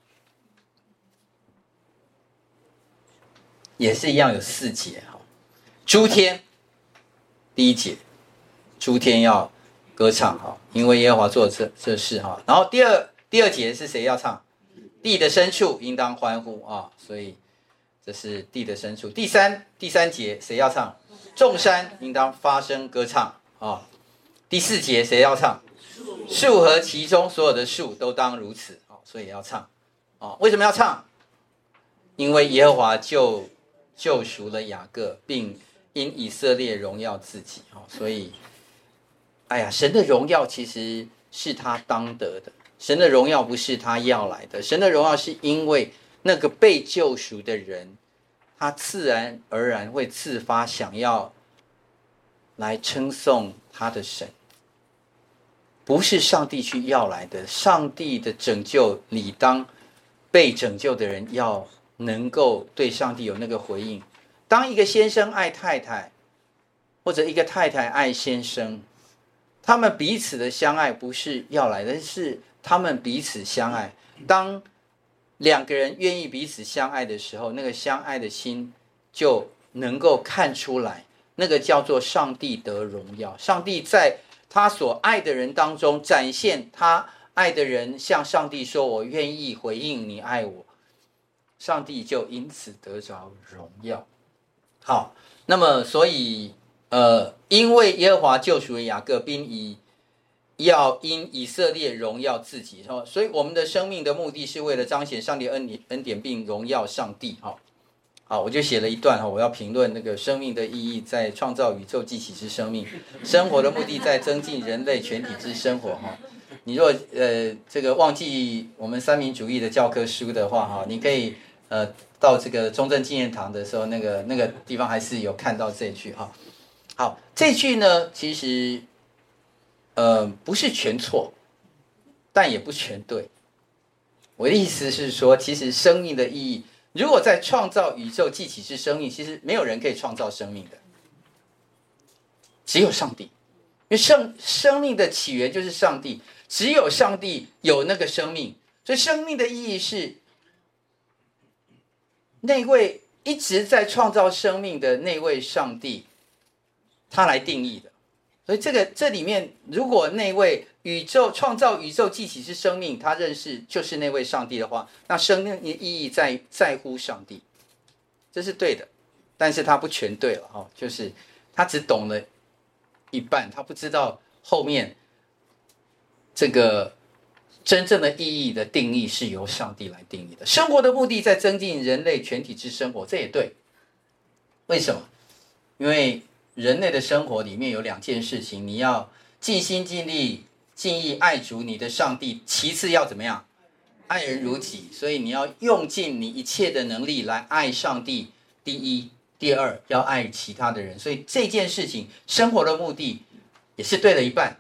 也是一样有四节哈。诸天第一节。诸天要歌唱哈，因为耶和华做这这事哈。然后第二第二节是谁要唱？地的深处应当欢呼啊，所以这是地的深处。第三第三节谁要唱？众山应当发声歌唱啊。第四节谁要唱？树和其中所有的树都当如此啊，所以要唱啊。为什么要唱？因为耶和华救救赎了雅各，并因以色列荣耀自己啊，所以。哎呀，神的荣耀其实是他当得的，神的荣耀不是他要来的，神的荣耀是因为那个被救赎的人，他自然而然会自发想要来称颂他的神，不是上帝去要来的。上帝的拯救理当被拯救的人要能够对上帝有那个回应。当一个先生爱太太，或者一个太太爱先生，他们彼此的相爱不是要来的，是他们彼此相爱。当两个人愿意彼此相爱的时候，那个相爱的心就能够看出来，那个叫做上帝得荣耀。上帝在他所爱的人当中展现他爱的人向上帝说：“我愿意回应你爱我。”上帝就因此得着荣耀。好，那么所以。呃，因为耶和华救赎了雅各，并以要因以色列荣耀自己，所以我们的生命的目的是为了彰显上帝恩典，恩典并荣耀上帝。哈，好，我就写了一段哈，我要评论那个生命的意义在创造宇宙继起之生命，生活的目的在增进人类全体之生活。哈，你若呃这个忘记我们三民主义的教科书的话，哈，你可以呃到这个中正纪念堂的时候，那个那个地方还是有看到这一句哈。好，这句呢，其实，呃，不是全错，但也不全对。我的意思是说，其实生命的意义，如果在创造宇宙继起之生命，其实没有人可以创造生命的。 只有上帝，因为生生命的起源就是上帝，只有上帝有那个生命，所以生命的意义是那位一直在创造生命的那位上帝，他来定义的。所以这个这里面，如果那位宇宙创造宇宙既启示生命，他认识就是那位上帝的话，那生命的意义在在乎上帝，这是对的，但是他不全对了哈，就是他只懂了一半，他不知道后面这个真正的意义的定义是由上帝来定义的。生活的目的在增进人类全体之生活，这也对。为什么？因为人类的生活里面有两件事情，你要尽心尽力尽意爱主你的上帝，其次要怎么样？爱人如己。所以你要用尽你一切的能力来爱上帝，第一，第二要爱其他的人。所以这件事情生活的目的也是对了一半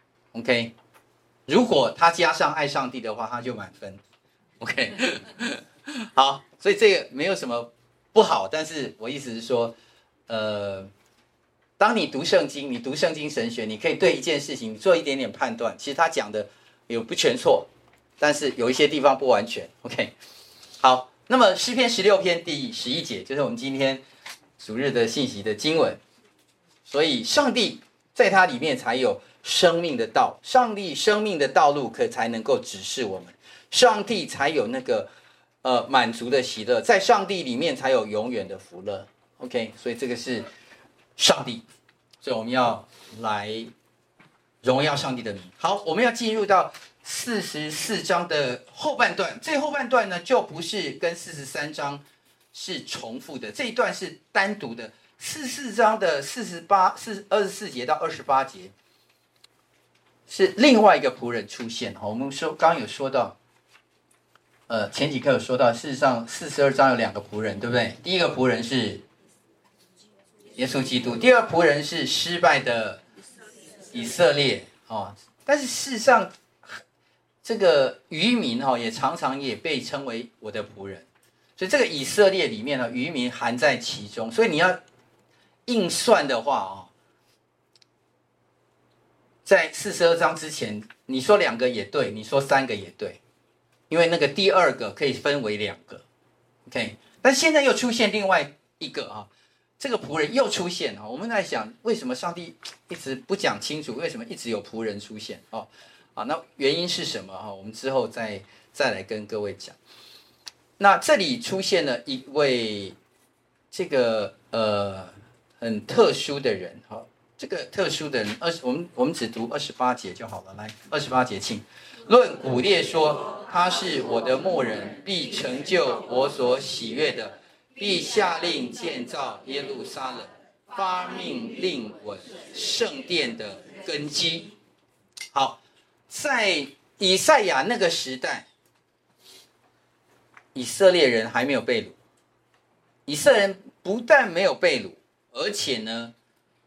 OK， 如果他加上爱上帝的话，他就满分 OK 好，所以这个没有什么不好，但是我意思是说呃当你读圣经，你读圣经神学，你可以对一件事情做一点点判断。其实他讲的有不全错，但是有一些地方不完全。OK， 好，那么诗篇十六篇第十一节，就是我们今天主日的信息的经文。所以上帝在它里面才有生命的道，上帝生命的道路可才能够指示我们，上帝才有那个呃满足的喜乐，在上帝里面才有永远的福乐。OK， 所以这个是上帝，所以我们要来荣耀上帝的名。好，我们要进入到四十四章的后半段，这后半段呢就不是跟四十三章是重复的，这一段是单独的。四十四章的四十八、二十四节到二十八节是另外一个仆人出现。我们说刚刚有说到，呃，前几课有说到，事实上四十二章有两个仆人，对不对？第一个仆人是耶稣基督，第二仆人是失败的以色列哦。但是事实上，这个渔民哈、哦、也常常也被称为我的仆人，所以这个以色列里面呢，渔民含在其中。所以你要硬算的话哦，在四十二章之前，你说两个也对，你说三个也对，因为那个第二个可以分为两个 ，OK。但现在又出现另外一个啊。这个仆人又出现，我们在想为什么上帝一直不讲清楚，为什么一直有仆人出现哦？啊，那原因是什么哈？我们之后再再来跟各位讲。那这里出现了一位这个呃很特殊的人哈，这个特殊的人二十，我们我们只读二十八节就好了。来，二十八节，请论古列说，他是我的牧人，必成就我所喜悦的。必下令建造耶路撒冷，发命令稳圣殿的根基。好，在以赛亚那个时代，以色列人还没有被掳，以色列人不但没有被掳，而且呢，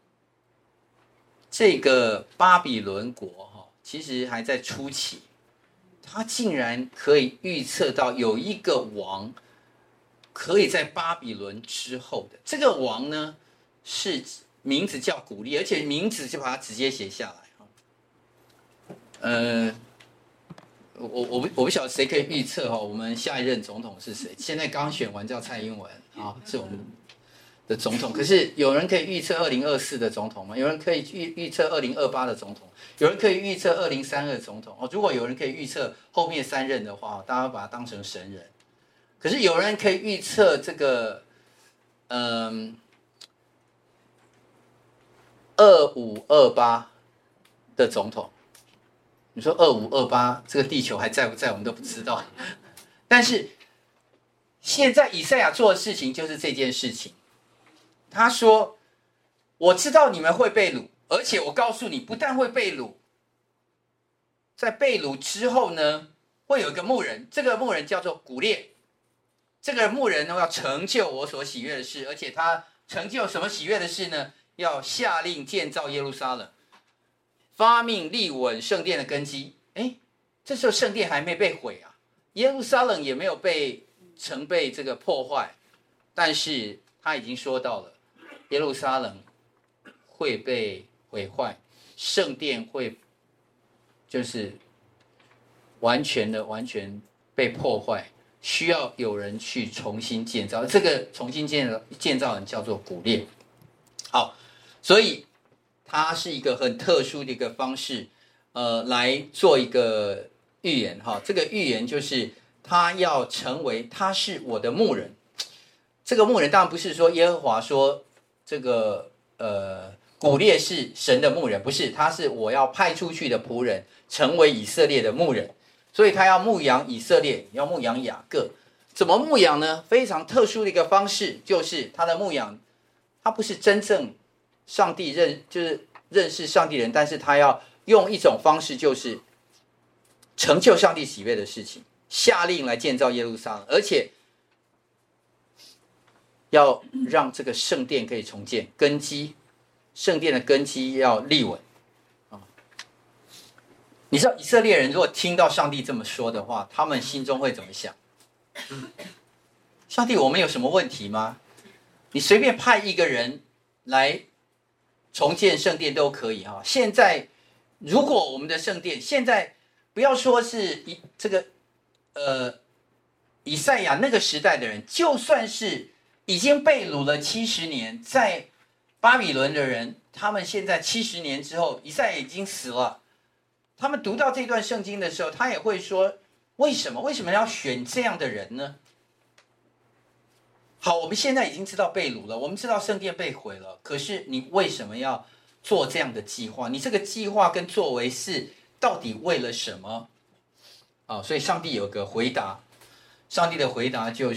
这个巴比伦国其实还在初期，他竟然可以预测到有一个王可以在巴比伦之后的。这个王呢，是名字叫古利，而且名字就把它直接写下来。呃，我我不我不晓得谁可以预测哈，我们下一任总统是谁？现在刚选完叫蔡英文啊，是我们的总统。可是有人可以预测二零二四的总统吗？有人可以预预测二零二八的总统？有人可以预测二零三二总统？哦，如果有人可以预测后面三任的话，大家把他当成神人。可是有人可以预测这个，嗯，二五二八的总统。你说二五二八这个地球还在不在，我们都不知道。但是现在以赛亚做的事情就是这件事情。他说：“我知道你们会被掳，而且我告诉你，不但会被掳，在被掳之后呢，会有一个牧人，这个牧人叫做古列。这个牧人呢，要成就我所喜悦的事，而且他成就什么喜悦的事呢？要下令建造耶路撒冷，发命立稳圣殿的根基。哎，这时候圣殿还没被毁啊，耶路撒冷也没有被曾被这个破坏，但是他已经说到了，耶路撒冷会被毁坏，圣殿会就是完全的完全被破坏，需要有人去重新建造。这个重新建造建造人叫做古列。好，所以它是一个很特殊的一个方式，呃，来做一个预言哈。这个预言就是他要成为，他是我的牧人。这个牧人当然不是说耶和华说这个呃古列是神的牧人，不是，他是我要派出去的仆人，成为以色列的牧人。所以他要牧养以色列，要牧养雅各。怎么牧养呢？非常特殊的一个方式，就是他的牧养，他不是真正上帝认，就是认识上帝人，但是他要用一种方式，就是成就上帝喜悦的事情，下令来建造耶路撒冷，而且要让这个圣殿可以重建，根基，圣殿的根基要立稳。你知道以色列人如果听到上帝这么说的话，他们心中会怎么想？上帝，我们有什么问题吗？你随便派一个人来重建圣殿都可以哈。现在如果我们的圣殿现在不要说是以这个呃以赛亚那个时代的人，就算是已经被掳了七十年，在巴比伦的人，他们现在七十年之后，以赛亚已经死了。他们读到这段圣经的时候，他也会说：为什么？为什么要选这样的人呢？好，我们现在已经知道被掳了，我们知道圣殿被毁了，可是你为什么要做这样的计划？你这个计划跟作为是到底为了什么？啊，所以上帝有个回答，上帝的回答就是：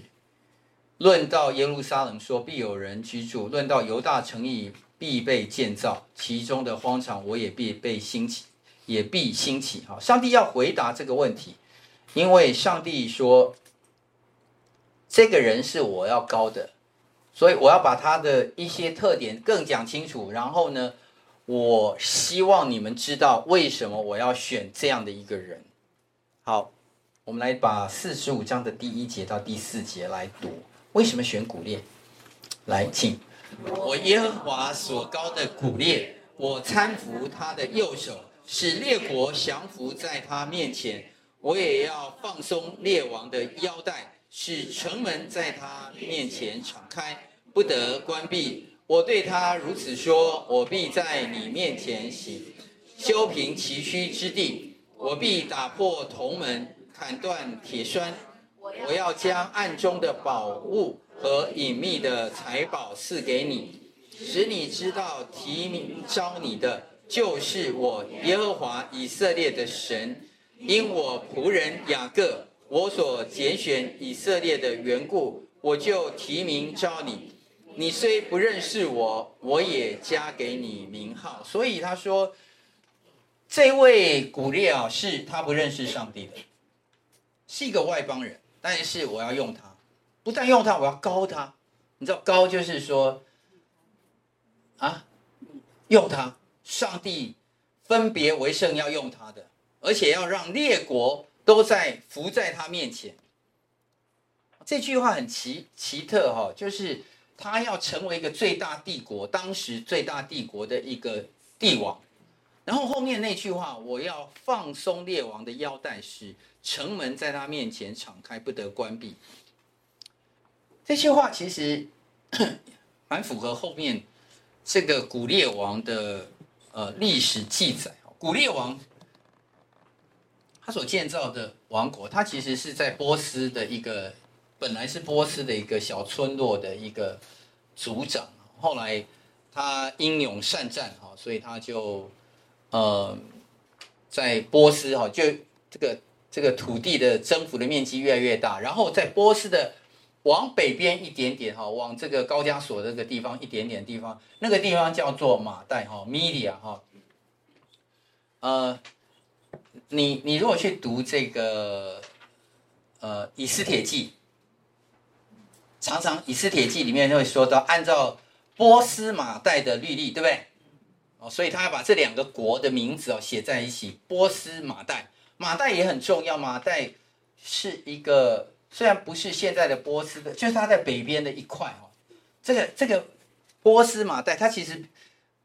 论到耶路撒冷说必有人居住，论到犹大城邑必被建造，其中的荒场我也必被兴起。也必兴起。上帝要回答这个问题，因为上帝说这个人是我要膏的，所以我要把他的一些特点更讲清楚，然后呢，我希望你们知道为什么我要选这样的一个人。好，我们来把四十五章的第一节到第四节来读，为什么选古列？来，请。我耶和华所膏的古列，我搀扶他的右手，使列国降服在他面前。我也要放松列王的腰带，使城门在他面前敞开，不得关闭。我对他如此说：我必在你面前行，修平崎岖之地。我必打破铜门，砍断铁栓。我要将暗中的宝物和隐秘的财宝赐给你，使你知道提名召你的就是我耶和华以色列的神。因我仆人雅各，我所拣选以色列的缘故，我就提名召你。你虽不认识我，我也加给你名号。所以他说，这位古列啊，是他不认识上帝的，是一个外邦人，但是我要用他，不但用他，我要膏他。你知道膏就是说啊，用他，上帝分别为圣要用他的，而且要让列国都在服在他面前。这句话很奇奇特哈、哦，就是他要成为一个最大帝国，当时最大帝国的一个帝王。然后后面那句话，我要放松列王的腰带，使城门在他面前敞开，不得关闭。这句话其实蛮符合后面这个古列王的呃历史记载。古列王他所建造的王国，他其实是在波斯的一个，本来是波斯的一个小村落的一个族长，后来他英勇善战，所以他就呃在波斯哈，就这个这个土地的征服的面积越来越大，然后在波斯的往北边一点点哈，往这个高加索这个地方一点点地方，那个地方叫做马代哈 ，Media 哈，呃。你你如果去读这个呃以斯帖记，常常以斯帖记里面会说到，按照波斯马代的律例，对不对？哦，所以他要把这两个国的名字哦写在一起，波斯马代，马代也很重要。马代是一个虽然不是现在的波斯的，就是它在北边的一块哦。这个这个波斯马代，它其实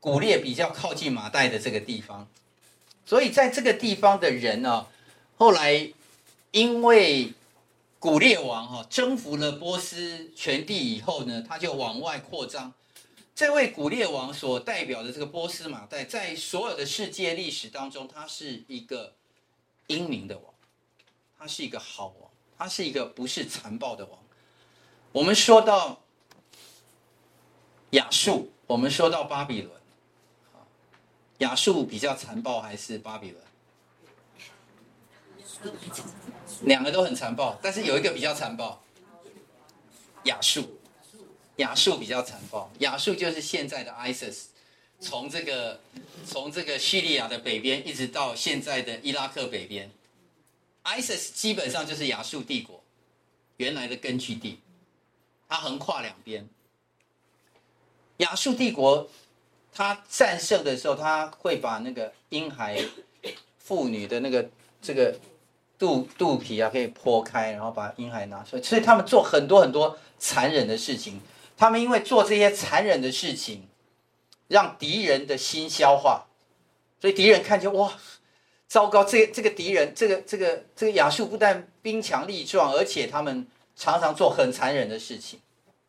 古列比较靠近马代的这个地方，所以在这个地方的人呢、哦，后来因为古列王哈、哦、征服了波斯全地以后呢，他就往外扩张。这位古列王所代表的这个波斯马代，在所有的世界历史当中，他是一个英明的王，他是一个好王，他是一个不是残暴的王。我们说到亚述，我们说到巴比伦，亚述比较残暴还是巴比伦？两个都很残暴，但是有一个比较残暴，亚述。亚述比较残暴，亚述就是现在的 I S I S， 从这个从这个叙利亚的北边一直到现在的伊拉克北边 ，I S I S 基本上就是亚述帝国原来的根据地，它横跨两边。亚述帝国它战胜的时候，它会把那个婴孩妇女的那个这个肚肚皮啊可以剖开，然后把婴孩拿出来，所以他们做很多很多残忍的事情。他们因为做这些残忍的事情，让敌人的心消化，所以敌人看见哇，糟糕，这这个敌人，这个这个这个亚述不但兵强力壮，而且他们常常做很残忍的事情。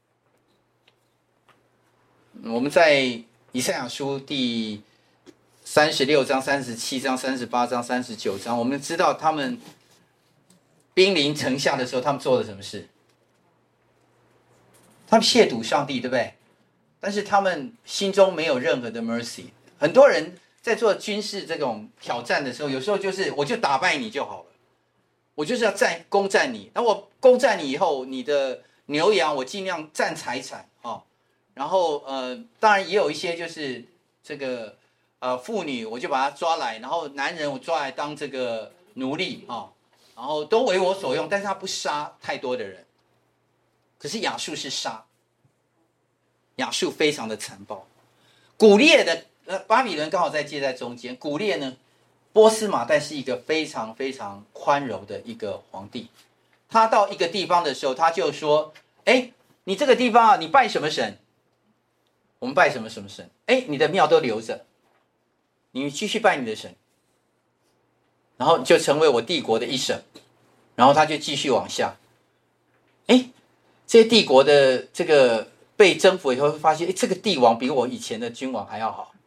我们在以赛亚书第三十六章、三十七章、三十八章、三十九章，我们知道他们兵临城下的时候，他们做了什么事？他们亵渎上帝，对不对？但是他们心中没有任何的 mercy。很多人在做军事这种挑战的时候，有时候就是我就打败你就好了，我就是要占攻占你。那我攻占你以后，你的牛羊我尽量占财产啊、哦。然后呃，当然也有一些就是这个呃妇女，我就把她抓来，然后男人我抓来当这个奴隶啊、哦，然后都为我所用，但是他不杀太多的人。可是亚述是杀，亚述非常的残暴。古列的呃巴比伦刚好在介在中间，古列呢，波斯马代是一个非常非常宽柔的一个皇帝。他到一个地方的时候，他就说：“哎，你这个地方啊，你拜什么神？我们拜什么什么神？哎，你的庙都留着，你继续拜你的神，然后就成为我帝国的一省。”然后他就继续往下，哎。这些帝国的这个被征服以后，会发现，哎，这个帝王比我以前的君王还要好。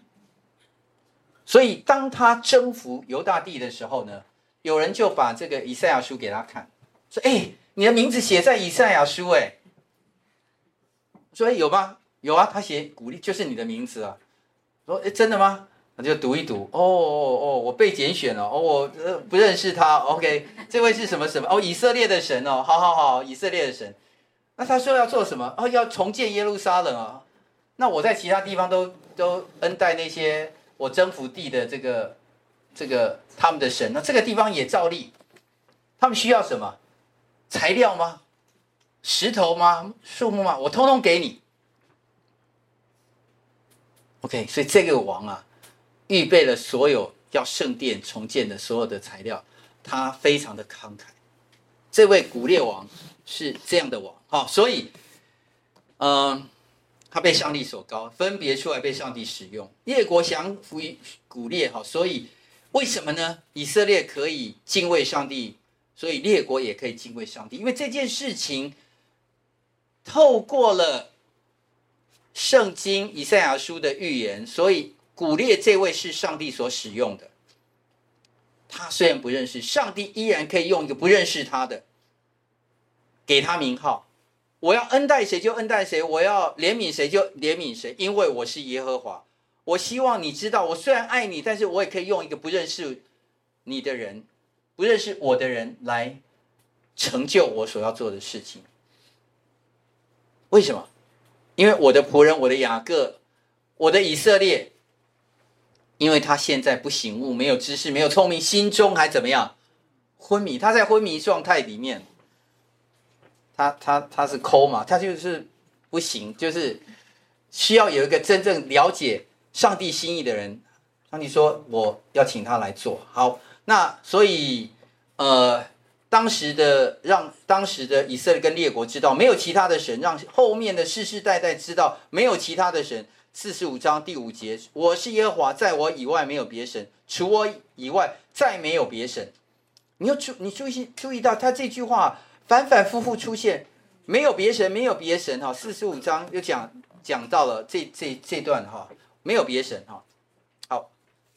所以，当他征服犹大地的时候呢，有人就把这个以赛亚书给他看，说：“哎，你的名字写在以赛亚书，哎。”说：“哎，有吗？有啊，他写鼓励就是你的名字啊。”说：“哎，真的吗？”他就读一读，哦哦哦，我被拣选了，哦，我呃不认识他 ，OK， 这位是什么什么？哦，以色列的神哦，好好好，以色列的神。那他说要做什么？哦，要重建耶路撒冷啊。那我在其他地方都都恩待那些我征服地的这个这个他们的神，那这个地方也照例。他们需要什么？材料吗？石头吗？树木吗？我通通给你。OK， 所以这个王啊，预备了所有要圣殿重建的所有的材料，他非常的慷慨。这位古列王是这样的王，哈、哦，所以，嗯、呃，他被上帝所高，分别出来被上帝使用。列国降服于古列，哈，所以为什么呢？以色列可以敬畏上帝，所以列国也可以敬畏上帝，因为这件事情透过了圣经以赛亚书的预言，所以古列这位是上帝所使用的。他虽然不认识上帝，依然可以用一个不认识他的给他名号。我要恩待谁就恩待谁，我要怜悯谁就怜悯谁，因为我是耶和华。我希望你知道，我虽然爱你，但是我也可以用一个不认识你的人，不认识我的人来成就我所要做的事情。为什么？因为我的仆人，我的雅各，我的以色列，因为他现在不醒悟，没有知识，没有聪明，心中还怎么样？昏迷。他在昏迷状态里面，他他他是抠嘛，他就是不行，就是需要有一个真正了解上帝心意的人。上帝说我要请他来做好，那所以呃，当时的让当时的以色列跟列国知道没有其他的神，让后面的世世代代知道没有其他的神， 四十五章第五节，我是耶和华，在我以外没有别神，除我以外再没有别神。你要注你注意注意到他这句话反反复复出现，没有别神，没有别神哈。四十五章又讲讲到了这这这段哈，没有别神哈。好，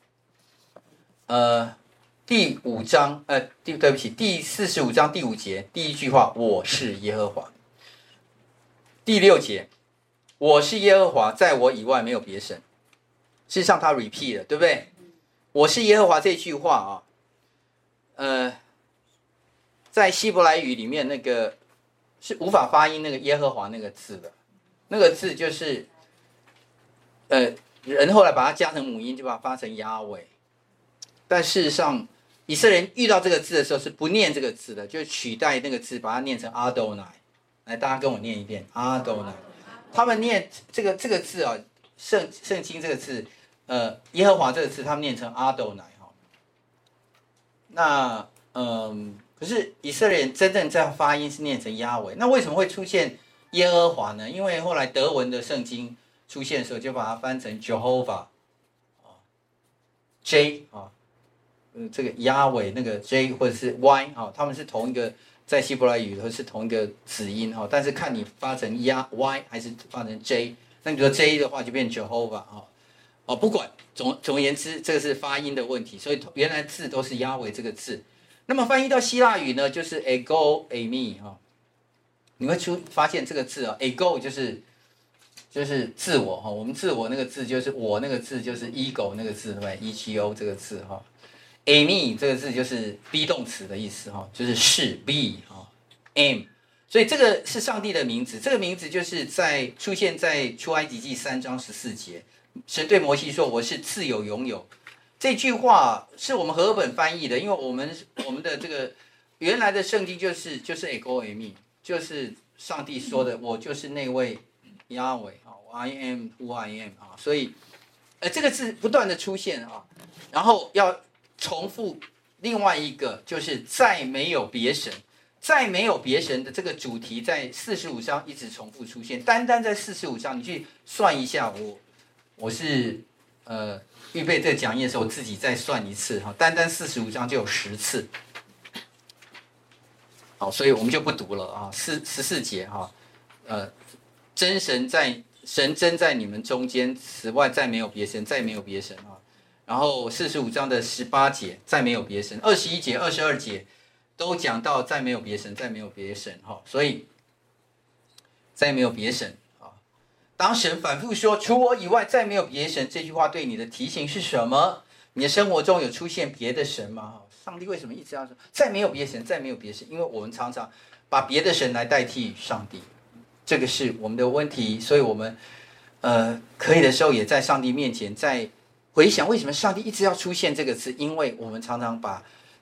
呃，第五章呃，第对不起，第四十五章第五节第一句话，我是耶和华。第六节，我是耶和华，在我以外没有别神。事实上他 repeat 了，对不对？我是耶和华这句话啊，呃，在希伯来语里面那个是无法发音那个耶和华那个字的，那个字就是呃人后来把它加成母音，就把它发成亚伟。但事实上，以色列人遇到这个字的时候是不念这个字的，就取代那个字，把它念成阿多乃。来，大家跟我念一遍阿多乃。他们念这个这个字啊，圣圣经这个字，呃，耶和华这个字，他们念成阿多乃哈。那嗯，可是以色列人真正在发音是念成亚伟。那为什么会出现耶和华呢？因为后来德文的圣经出现的时候，就把它翻成 Jehovah 啊 ，J 啊。呃，这个亚伟那个 J 或者是 Y 哈、哦，他们是同一个，在希伯来语都是同一个子音哈、哦，但是看你发成亚 Y 还是发成 J， 那你说 J 的话就变 Jehovah 哈、哦，哦不管，总总而言之，这个是发音的问题，所以原来字都是亚伟这个字。那么翻译到希腊语呢，就是 ego eimi 哈、哦，你会出发现这个字啊 ，ego 就是就是自我哈、哦，我们自我那个字就是我那个字就是 ego 那个字对不对 ？E G O 这个字哈、哦。Amy 这个字就是 be 动词的意思哈，就是是 be 哈 am， 所以这个是上帝的名字。这个名字就是在出现在出埃及记三章十四节，神对摩西说：“我是自有永有。”这句话是我们和合本翻译的，因为我们我们的这个原来的圣经就是就是 ego Amy， 就是上帝说的，我就是那位亚伟啊 ，I am who I am 啊，所以呃这个字不断的出现啊，然后要重复另外一个，就是再没有别神，再没有别神的这个主题在四十五章一直重复出现。单单在四十五章，你去算一下，我我是呃预备这个讲义的时候，我自己再算一次哈，单单四十五章就有十次。好，所以我们就不读了啊，四十四节哈，呃，真神在神真在你们中间，此外再没有别神，再没有别神啊。然后四十五章的十八节，再没有别神；二十一节、二十二节都讲到再没有别神，再没有别神哈。所以再没有别神啊。当神反复说“除我以外再没有别神”这句话，对你的提醒是什么？你的生活中有出现别的神吗？上帝为什么一直要说再没有别神，再没有别神？因为我们常常把别的神来代替上帝，这个是我们的问题。所以我们呃可以的时候，也在上帝面前在。回想为什么上帝一直要出现这个字？因为我们常常把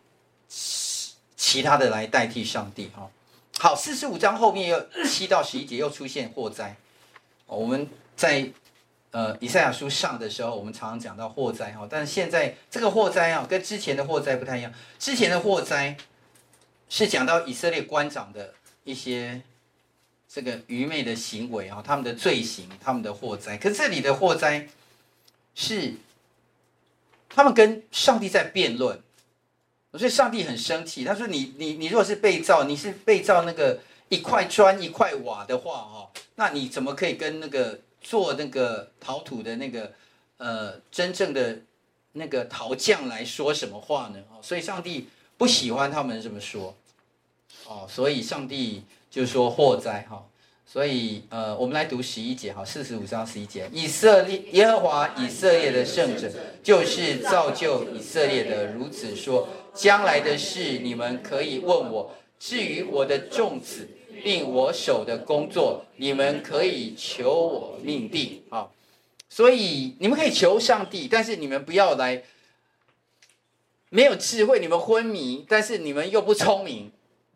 其他的来代替上帝哈。好，四十五章后面又七到十一节又出现祸灾。我们在呃以赛亚书上的时候，我们常常讲到祸灾哈，但是现在这个祸灾啊，跟之前的祸灾不太一样。之前的祸灾是讲到以色列官长的一些这个愚昧的行为啊，他们的罪行，他们的祸灾。可是这里的祸灾是。他们跟上帝在辩论，所以上帝很生气。他说你：“你你如果是被造，你是被造那个一块砖一块瓦的话，哈，那你怎么可以跟那个做那个陶土的那个呃真正的那个陶匠来说什么话呢？”所以上帝不喜欢他们这么说，哦，所以上帝就说祸灾哈。所以，呃，我们来读十一节，好，四十五章十一节，以色列耶和华以色列的圣者，就是造就以色列的，如此说：将来的事你们可以问我，至于我的众子，并我手的工作，你们可以求我命定。好，所以你们可以求上帝，但是你们不要来没有智慧，你们昏迷，但是你们又不聪明。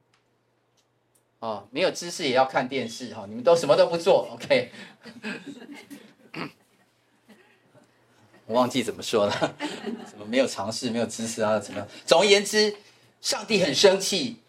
哦，没有知识也要看电视哈、哦，你们都什么都不做 ，OK？ 我忘记怎么说了，怎么没有尝试，没有知识啊？怎么？总而言之，上帝很生气，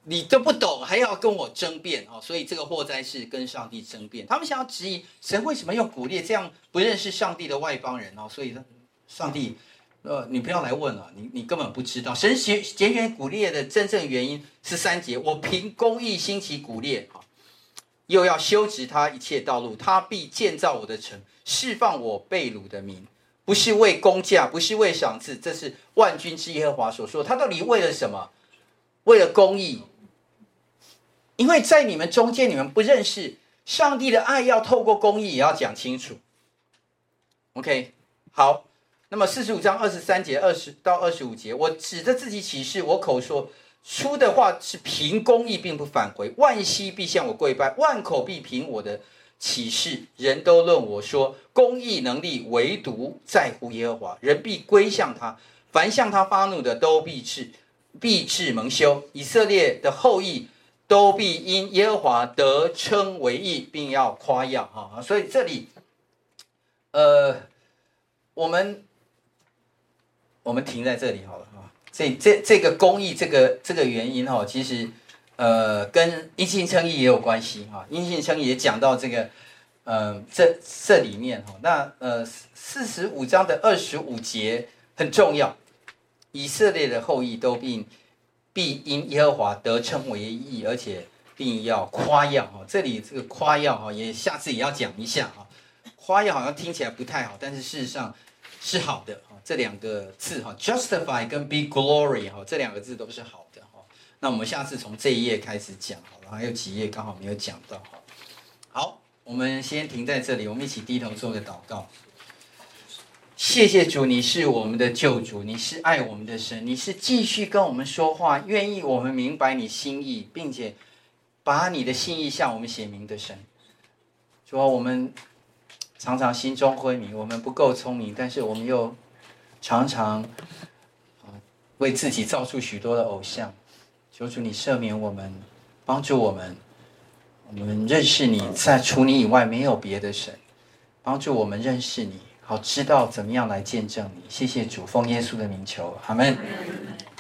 你都不懂，还要跟我争辩啊！所以这个祸灾是跟上帝争辩。他们想要质疑神为什么用古列这样不认识上帝的外邦人哦，所以上帝，呃，你不要来问了，你你根本不知道。神拣拣选古列的真正原因是三节：我凭公义兴起古列啊，又要修直他一切道路，他必建造我的城，释放我被掳的民，不是为工价，不是为赏赐，这是万军之耶和华所说。他到底为了什么？为了公义。因为在你们中间，你们不认识上帝的爱，要透过公义也要讲清楚。OK， 好，那么四十五章二十三节二十到二十五节，我指着自己起誓，我口说出的话是凭公义，并不返回。万膝必向我跪拜，万口必凭我的启示。人都论我说，公义能力唯独在乎耶和华，人必归向他。凡向他发怒的，都必至必至蒙羞。以色列的后裔都必因耶和华得称为义，并要夸耀哈。所以这里，呃，我们我们停在这里好了哈。这这这个公义这个这个原因哈，其实呃跟因信称义也有关系哈。因信称义也讲到这个，呃，这这里面哈，那呃四十五章的二十五节很重要，以色列的后裔都必。必因耶和华得称为义，而且并要夸耀哈。这里这个夸耀哈，也下次也要讲一下哈。夸耀好像听起来不太好，但是事实上是好的哈。这两个字哈 ，justify 跟 be glory 哈，这两个字都是好的哈。那我们下次从这一页开始讲好了，还有几页刚好没有讲到哈。好，我们先停在这里，我们一起低头做个祷告。谢谢主，你是我们的救主，你是爱我们的神，你是继续跟我们说话，愿意我们明白你心意，并且把你的心意向我们显明的神。主啊，我们常常心中昏迷，我们不够聪明，但是我们又常常为自己造出许多的偶像。求主你赦免我们，帮助我们，我们认识你，在除你以外没有别的神，帮助我们认识你，好知道怎么样来见证你。谢谢主，奉耶稣的名求，阿们。